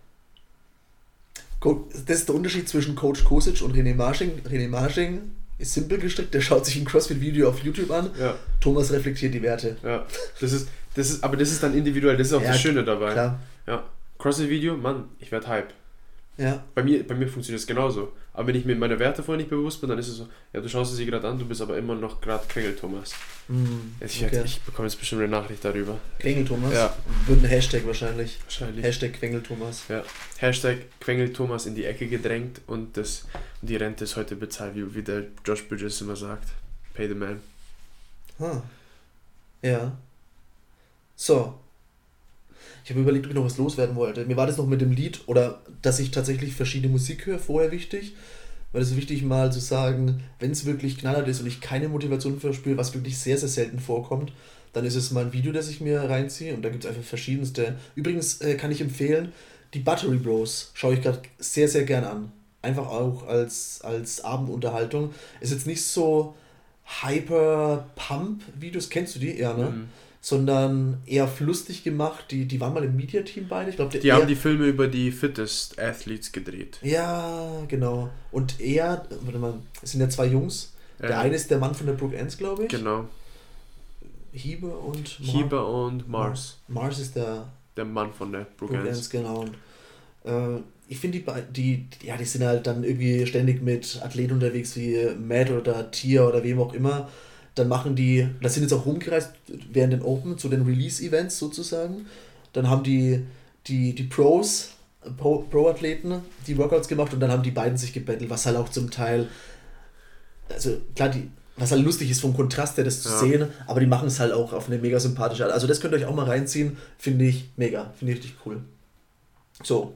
Das ist der Unterschied zwischen Coach Kosic und René Marsching. René Marsching ist simpel gestrickt, der schaut sich ein CrossFit-Video auf YouTube an. Ja. Thomas reflektiert die Werte. Ja, das ist, das ist, aber das ist dann individuell, das ist auch ja, das Schöne dabei. Klar. Ja. CrossFit-Video, Mann, ich werde Hype. Ja. Bei mir, bei mir funktioniert es genauso. Aber wenn ich mir meine Werte vorher nicht bewusst bin, dann ist es so, ja, du schaust sie gerade an, du bist aber immer noch gerade Quengel Thomas. Mm, ich, okay. ich bekomme jetzt bestimmt eine Nachricht darüber. Quengel Thomas? Ja. Wird ein Hashtag wahrscheinlich. Wahrscheinlich. Hashtag Quengel Thomas. Ja. Hashtag Quengel Thomas in die Ecke gedrängt und das, die Rente ist heute bezahlt, wie, wie der Josh Bridges immer sagt. Pay the man. Ah. Ja. So. Ich habe überlegt, ob ich noch was loswerden wollte. Mir war das noch mit dem Lied oder dass ich tatsächlich verschiedene Musik höre vorher wichtig, weil es ist wichtig mal zu sagen, wenn es wirklich knallhart ist und ich keine Motivation verspüre, was wirklich sehr, sehr selten vorkommt, dann ist es mal ein Video, das ich mir reinziehe und da gibt es einfach verschiedenste. Übrigens äh, kann ich empfehlen, die Buttery Bros schaue ich gerade sehr, sehr gern an. einfach auch als, als Abendunterhaltung. Ist jetzt nicht so Hyper-Pump-Videos, kennst du die eher, ne? Mhm. Sondern eher lustig gemacht. Die, die waren mal im Media-Team beide. Ich glaub, die haben die Filme über die Fittest Athletes gedreht. Ja, genau. Und er, warte mal, es sind ja zwei Jungs. Der ja. eine ist der Mann von der Brooke Ends, glaube ich. Genau. Heber und Mars. Heber und Mars. Mars ist der, der Mann von der Brooke Ends. Genau. Und, äh, ich finde, die, die, ja, die sind halt dann irgendwie ständig mit Athleten unterwegs wie Matt oder Tia oder wem auch immer. Dann machen die, das sind jetzt auch rumgereist während den Open zu den Release-Events sozusagen. Dann haben die die, die Pros, Pro, Pro-Athleten, die Workouts gemacht und dann haben die beiden sich gebettelt, was halt auch zum Teil, also klar, die, was halt lustig ist vom Kontrast her, das zu ja. sehen, aber die machen es halt auch auf eine mega sympathische Art. Also das könnt ihr euch auch mal reinziehen, finde ich mega, finde ich richtig cool. So.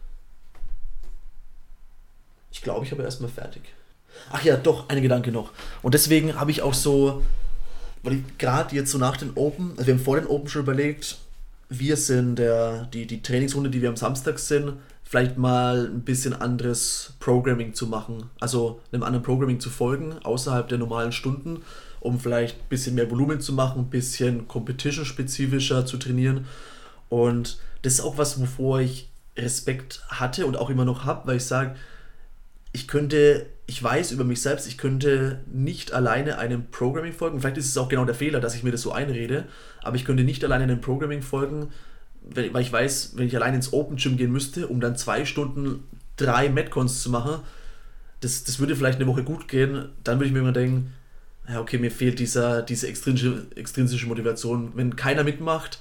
Ich glaube, ich habe erstmal fertig. Ach ja, doch, ein Gedanke noch. Und deswegen habe ich auch so, weil ich gerade jetzt so nach den Open, also wir haben vor den Open schon überlegt, wir sind der, die, die Trainingsrunde, die wir am Samstag sind, vielleicht mal ein bisschen anderes Programming zu machen. Also einem anderen Programming zu folgen, außerhalb der normalen Stunden, um vielleicht ein bisschen mehr Volumen zu machen, ein bisschen competition-spezifischer zu trainieren. Und das ist auch was, wovor ich Respekt hatte und auch immer noch habe, weil ich sage, ich könnte, ich weiß über mich selbst, ich könnte nicht alleine einem Programming folgen. Vielleicht ist es auch genau der Fehler, dass ich mir das so einrede, aber ich könnte nicht alleine einem Programming folgen, weil ich weiß, wenn ich alleine ins Open Gym gehen müsste, um dann zwei Stunden drei Metcons zu machen, das, das würde vielleicht eine Woche gut gehen, dann würde ich mir immer denken, ja okay, mir fehlt dieser, diese extrinsische, extrinsische Motivation. Wenn keiner mitmacht,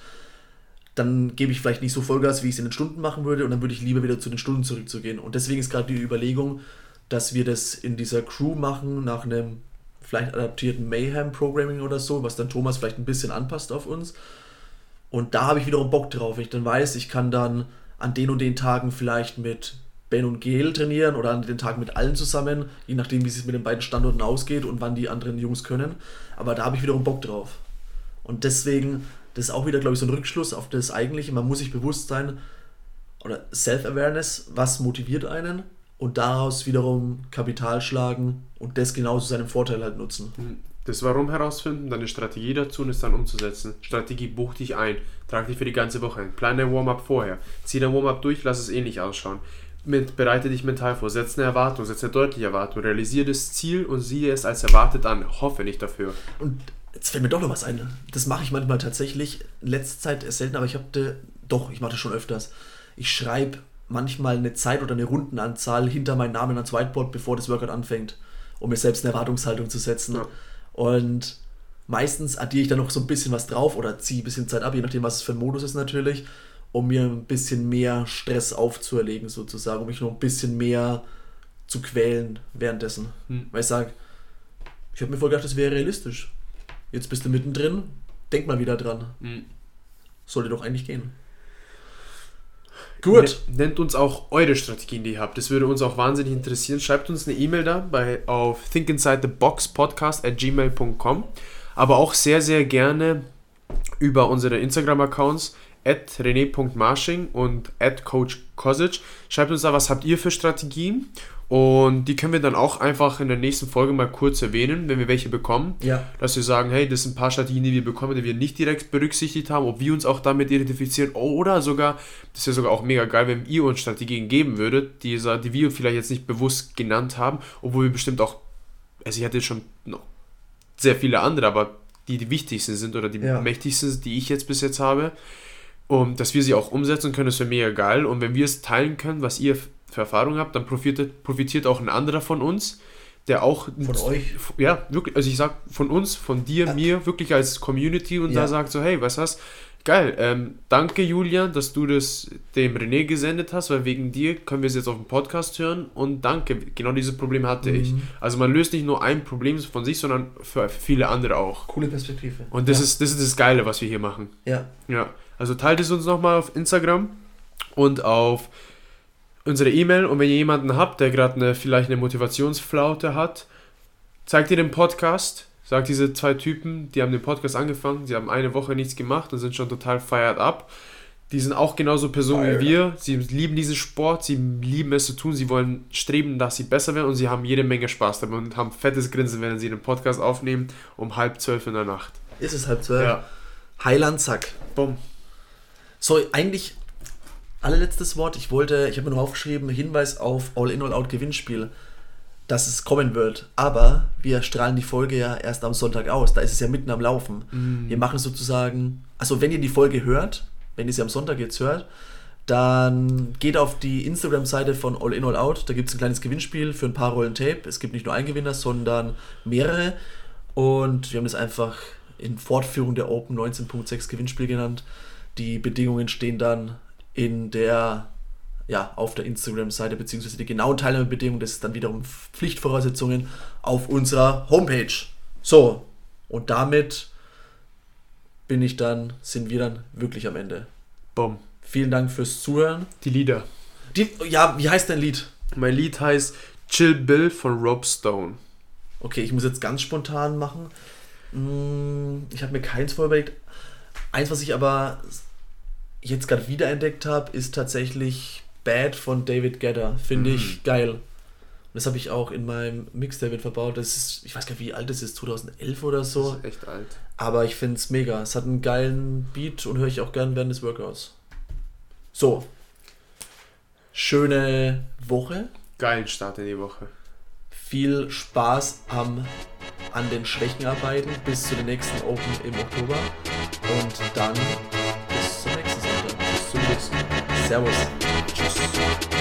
dann gebe ich vielleicht nicht so Vollgas, wie ich es in den Stunden machen würde und dann würde ich lieber wieder zu den Stunden zurückzugehen. Und deswegen ist gerade die Überlegung, dass wir das in dieser Crew machen, nach einem vielleicht adaptierten Mayhem-Programming oder so, was dann Thomas vielleicht ein bisschen anpasst auf uns. Und da habe ich wiederum Bock drauf, wenn ich dann weiß, ich kann dann an den und den Tagen vielleicht mit Ben und Gail trainieren oder an den Tagen mit allen zusammen, je nachdem, wie es mit den beiden Standorten ausgeht und wann die anderen Jungs können. Aber da habe ich wiederum Bock drauf. Und deswegen, das ist auch wieder, glaube ich, so ein Rückschluss auf das Eigentliche. Man muss sich bewusst sein, oder Self-Awareness, was motiviert einen und daraus wiederum Kapital schlagen und das genau zu seinem Vorteil halt nutzen. Das Warum herausfinden, dann eine Strategie dazu und es dann umzusetzen. Strategie, buch dich ein, trag dich für die ganze Woche ein, plan dein Warm-up vorher, zieh dein Warm-up durch, lass es ähnlich ausschauen. Mit, bereite dich mental vor, setz eine Erwartung, setz eine deutliche Erwartung, realisiere das Ziel und siehe es als erwartet an, hoffe nicht dafür. Und jetzt fällt mir doch noch was ein. Das mache ich manchmal tatsächlich, in letzter Zeit ist selten, aber ich habe, doch, ich mache das schon öfters. Ich schreibe manchmal eine Zeit oder eine Rundenanzahl hinter meinen Namen ans Whiteboard, bevor das Workout anfängt, um mir selbst eine Erwartungshaltung zu setzen. Ja. Und meistens addiere ich dann noch so ein bisschen was drauf oder ziehe ein bisschen Zeit ab, je nachdem, was es für ein Modus ist natürlich, um mir ein bisschen mehr Stress aufzuerlegen sozusagen, um mich noch ein bisschen mehr zu quälen währenddessen. Hm. Weil ich sage, ich habe mir voll gedacht, das wäre realistisch. Jetzt bist du mittendrin, denk mal wieder dran. Hm. Sollte doch eigentlich gehen. Gut. Nennt uns auch eure Strategien, die ihr habt. Das würde uns auch wahnsinnig interessieren. Schreibt uns eine E-Mail da bei, auf thinkinsidetheboxpodcast at gmail dot com. Aber auch sehr, sehr gerne über unsere Instagram-Accounts at rene punkt marsching und at coach kosic. Schreibt uns da, was habt ihr für Strategien? Und die können wir dann auch einfach in der nächsten Folge mal kurz erwähnen, wenn wir welche bekommen. Ja. Dass wir sagen, hey, das sind ein paar Strategien, die wir bekommen, die wir nicht direkt berücksichtigt haben, ob wir uns auch damit identifizieren oder sogar, das wäre sogar auch mega geil, wenn ihr uns Strategien geben würdet, die, die wir vielleicht jetzt nicht bewusst genannt haben, obwohl wir bestimmt auch, also ich hatte schon noch sehr viele andere, aber die die wichtigsten sind oder die ja. mächtigsten, die ich jetzt bis jetzt habe, und dass wir sie auch umsetzen können, das wäre mega geil. Und wenn wir es teilen können, was ihr für Erfahrung habt, dann profitiert, profitiert auch ein anderer von uns, der auch... Von euch? Ja, wirklich, also ich sag von uns, von dir, ja. mir, wirklich als Community und ja. da sagt so, hey, was hast geil, ähm, danke Julian, dass du das dem René gesendet hast, weil wegen dir können wir es jetzt auf dem Podcast hören und danke, genau dieses Problem hatte mhm. ich. Also man löst nicht nur ein Problem von sich, sondern für viele andere auch. Coole Perspektive. Und das, ja. ist, das ist das Geile, was wir hier machen. Ja. Ja. Also teilt es uns nochmal auf Instagram und auf unsere E-Mail, und wenn ihr jemanden habt, der gerade eine, vielleicht eine Motivationsflaute hat, zeigt ihr den Podcast, sagt diese zwei Typen, die haben den Podcast angefangen, sie haben eine Woche nichts gemacht und sind schon total fired up. Die sind auch genauso Personen Alter. wie wir. Sie lieben diesen Sport, sie lieben es zu tun, sie wollen streben, dass sie besser werden und sie haben jede Menge Spaß dabei und haben fettes Grinsen, wenn sie den Podcast aufnehmen um halb zwölf in der Nacht. Ist es halb zwölf? Ja. Heiland, zack. Bumm. So, eigentlich allerletztes Wort. Ich wollte, ich habe mir noch aufgeschrieben, Hinweis auf All-In, All-Out Gewinnspiel, dass es kommen wird. Aber wir strahlen die Folge ja erst am Sonntag aus. Da ist es ja mitten am Laufen. Mm. Wir machen sozusagen, also wenn ihr die Folge hört, wenn ihr sie am Sonntag jetzt hört, dann geht auf die Instagram-Seite von All-In, All-Out. Da gibt es ein kleines Gewinnspiel für ein paar Rollen Tape. Es gibt nicht nur einen Gewinner, sondern mehrere. Und wir haben das einfach in Fortführung der Open neunzehn Punkt sechs Gewinnspiel genannt. Die Bedingungen stehen dann in der, ja, auf der Instagram-Seite, beziehungsweise die genauen Teilnahmebedingungen, das ist dann wiederum Pflichtvoraussetzungen auf unserer Homepage. So, und damit bin ich dann, sind wir dann wirklich am Ende. Bumm. Vielen Dank fürs Zuhören. Die Lieder. Die, ja, wie heißt dein Lied? Mein Lied heißt Chill Bill von Rob Stone. Okay, ich muss jetzt ganz spontan machen. Ich habe mir keins vorüberlegt. Eins, was ich aber jetzt gerade wiederentdeckt habe, ist tatsächlich Bad von David Guetta. Finde ich Mhm. geil. Und das habe ich auch in meinem Mixtape mit verbaut. Das ist, ich weiß gar nicht, wie alt das ist, zweitausendelf oder so. Das ist echt alt. Aber ich finde es mega. Es hat einen geilen Beat und höre ich auch gern während des Workouts. So. Schöne Woche. Geilen Start in die Woche. Viel Spaß am, an den Schwächen arbeiten bis zu den nächsten Open im Oktober. Und dann bis zum nächsten Sonntag. Bis zum nächsten Mal. Servus. Tschüss.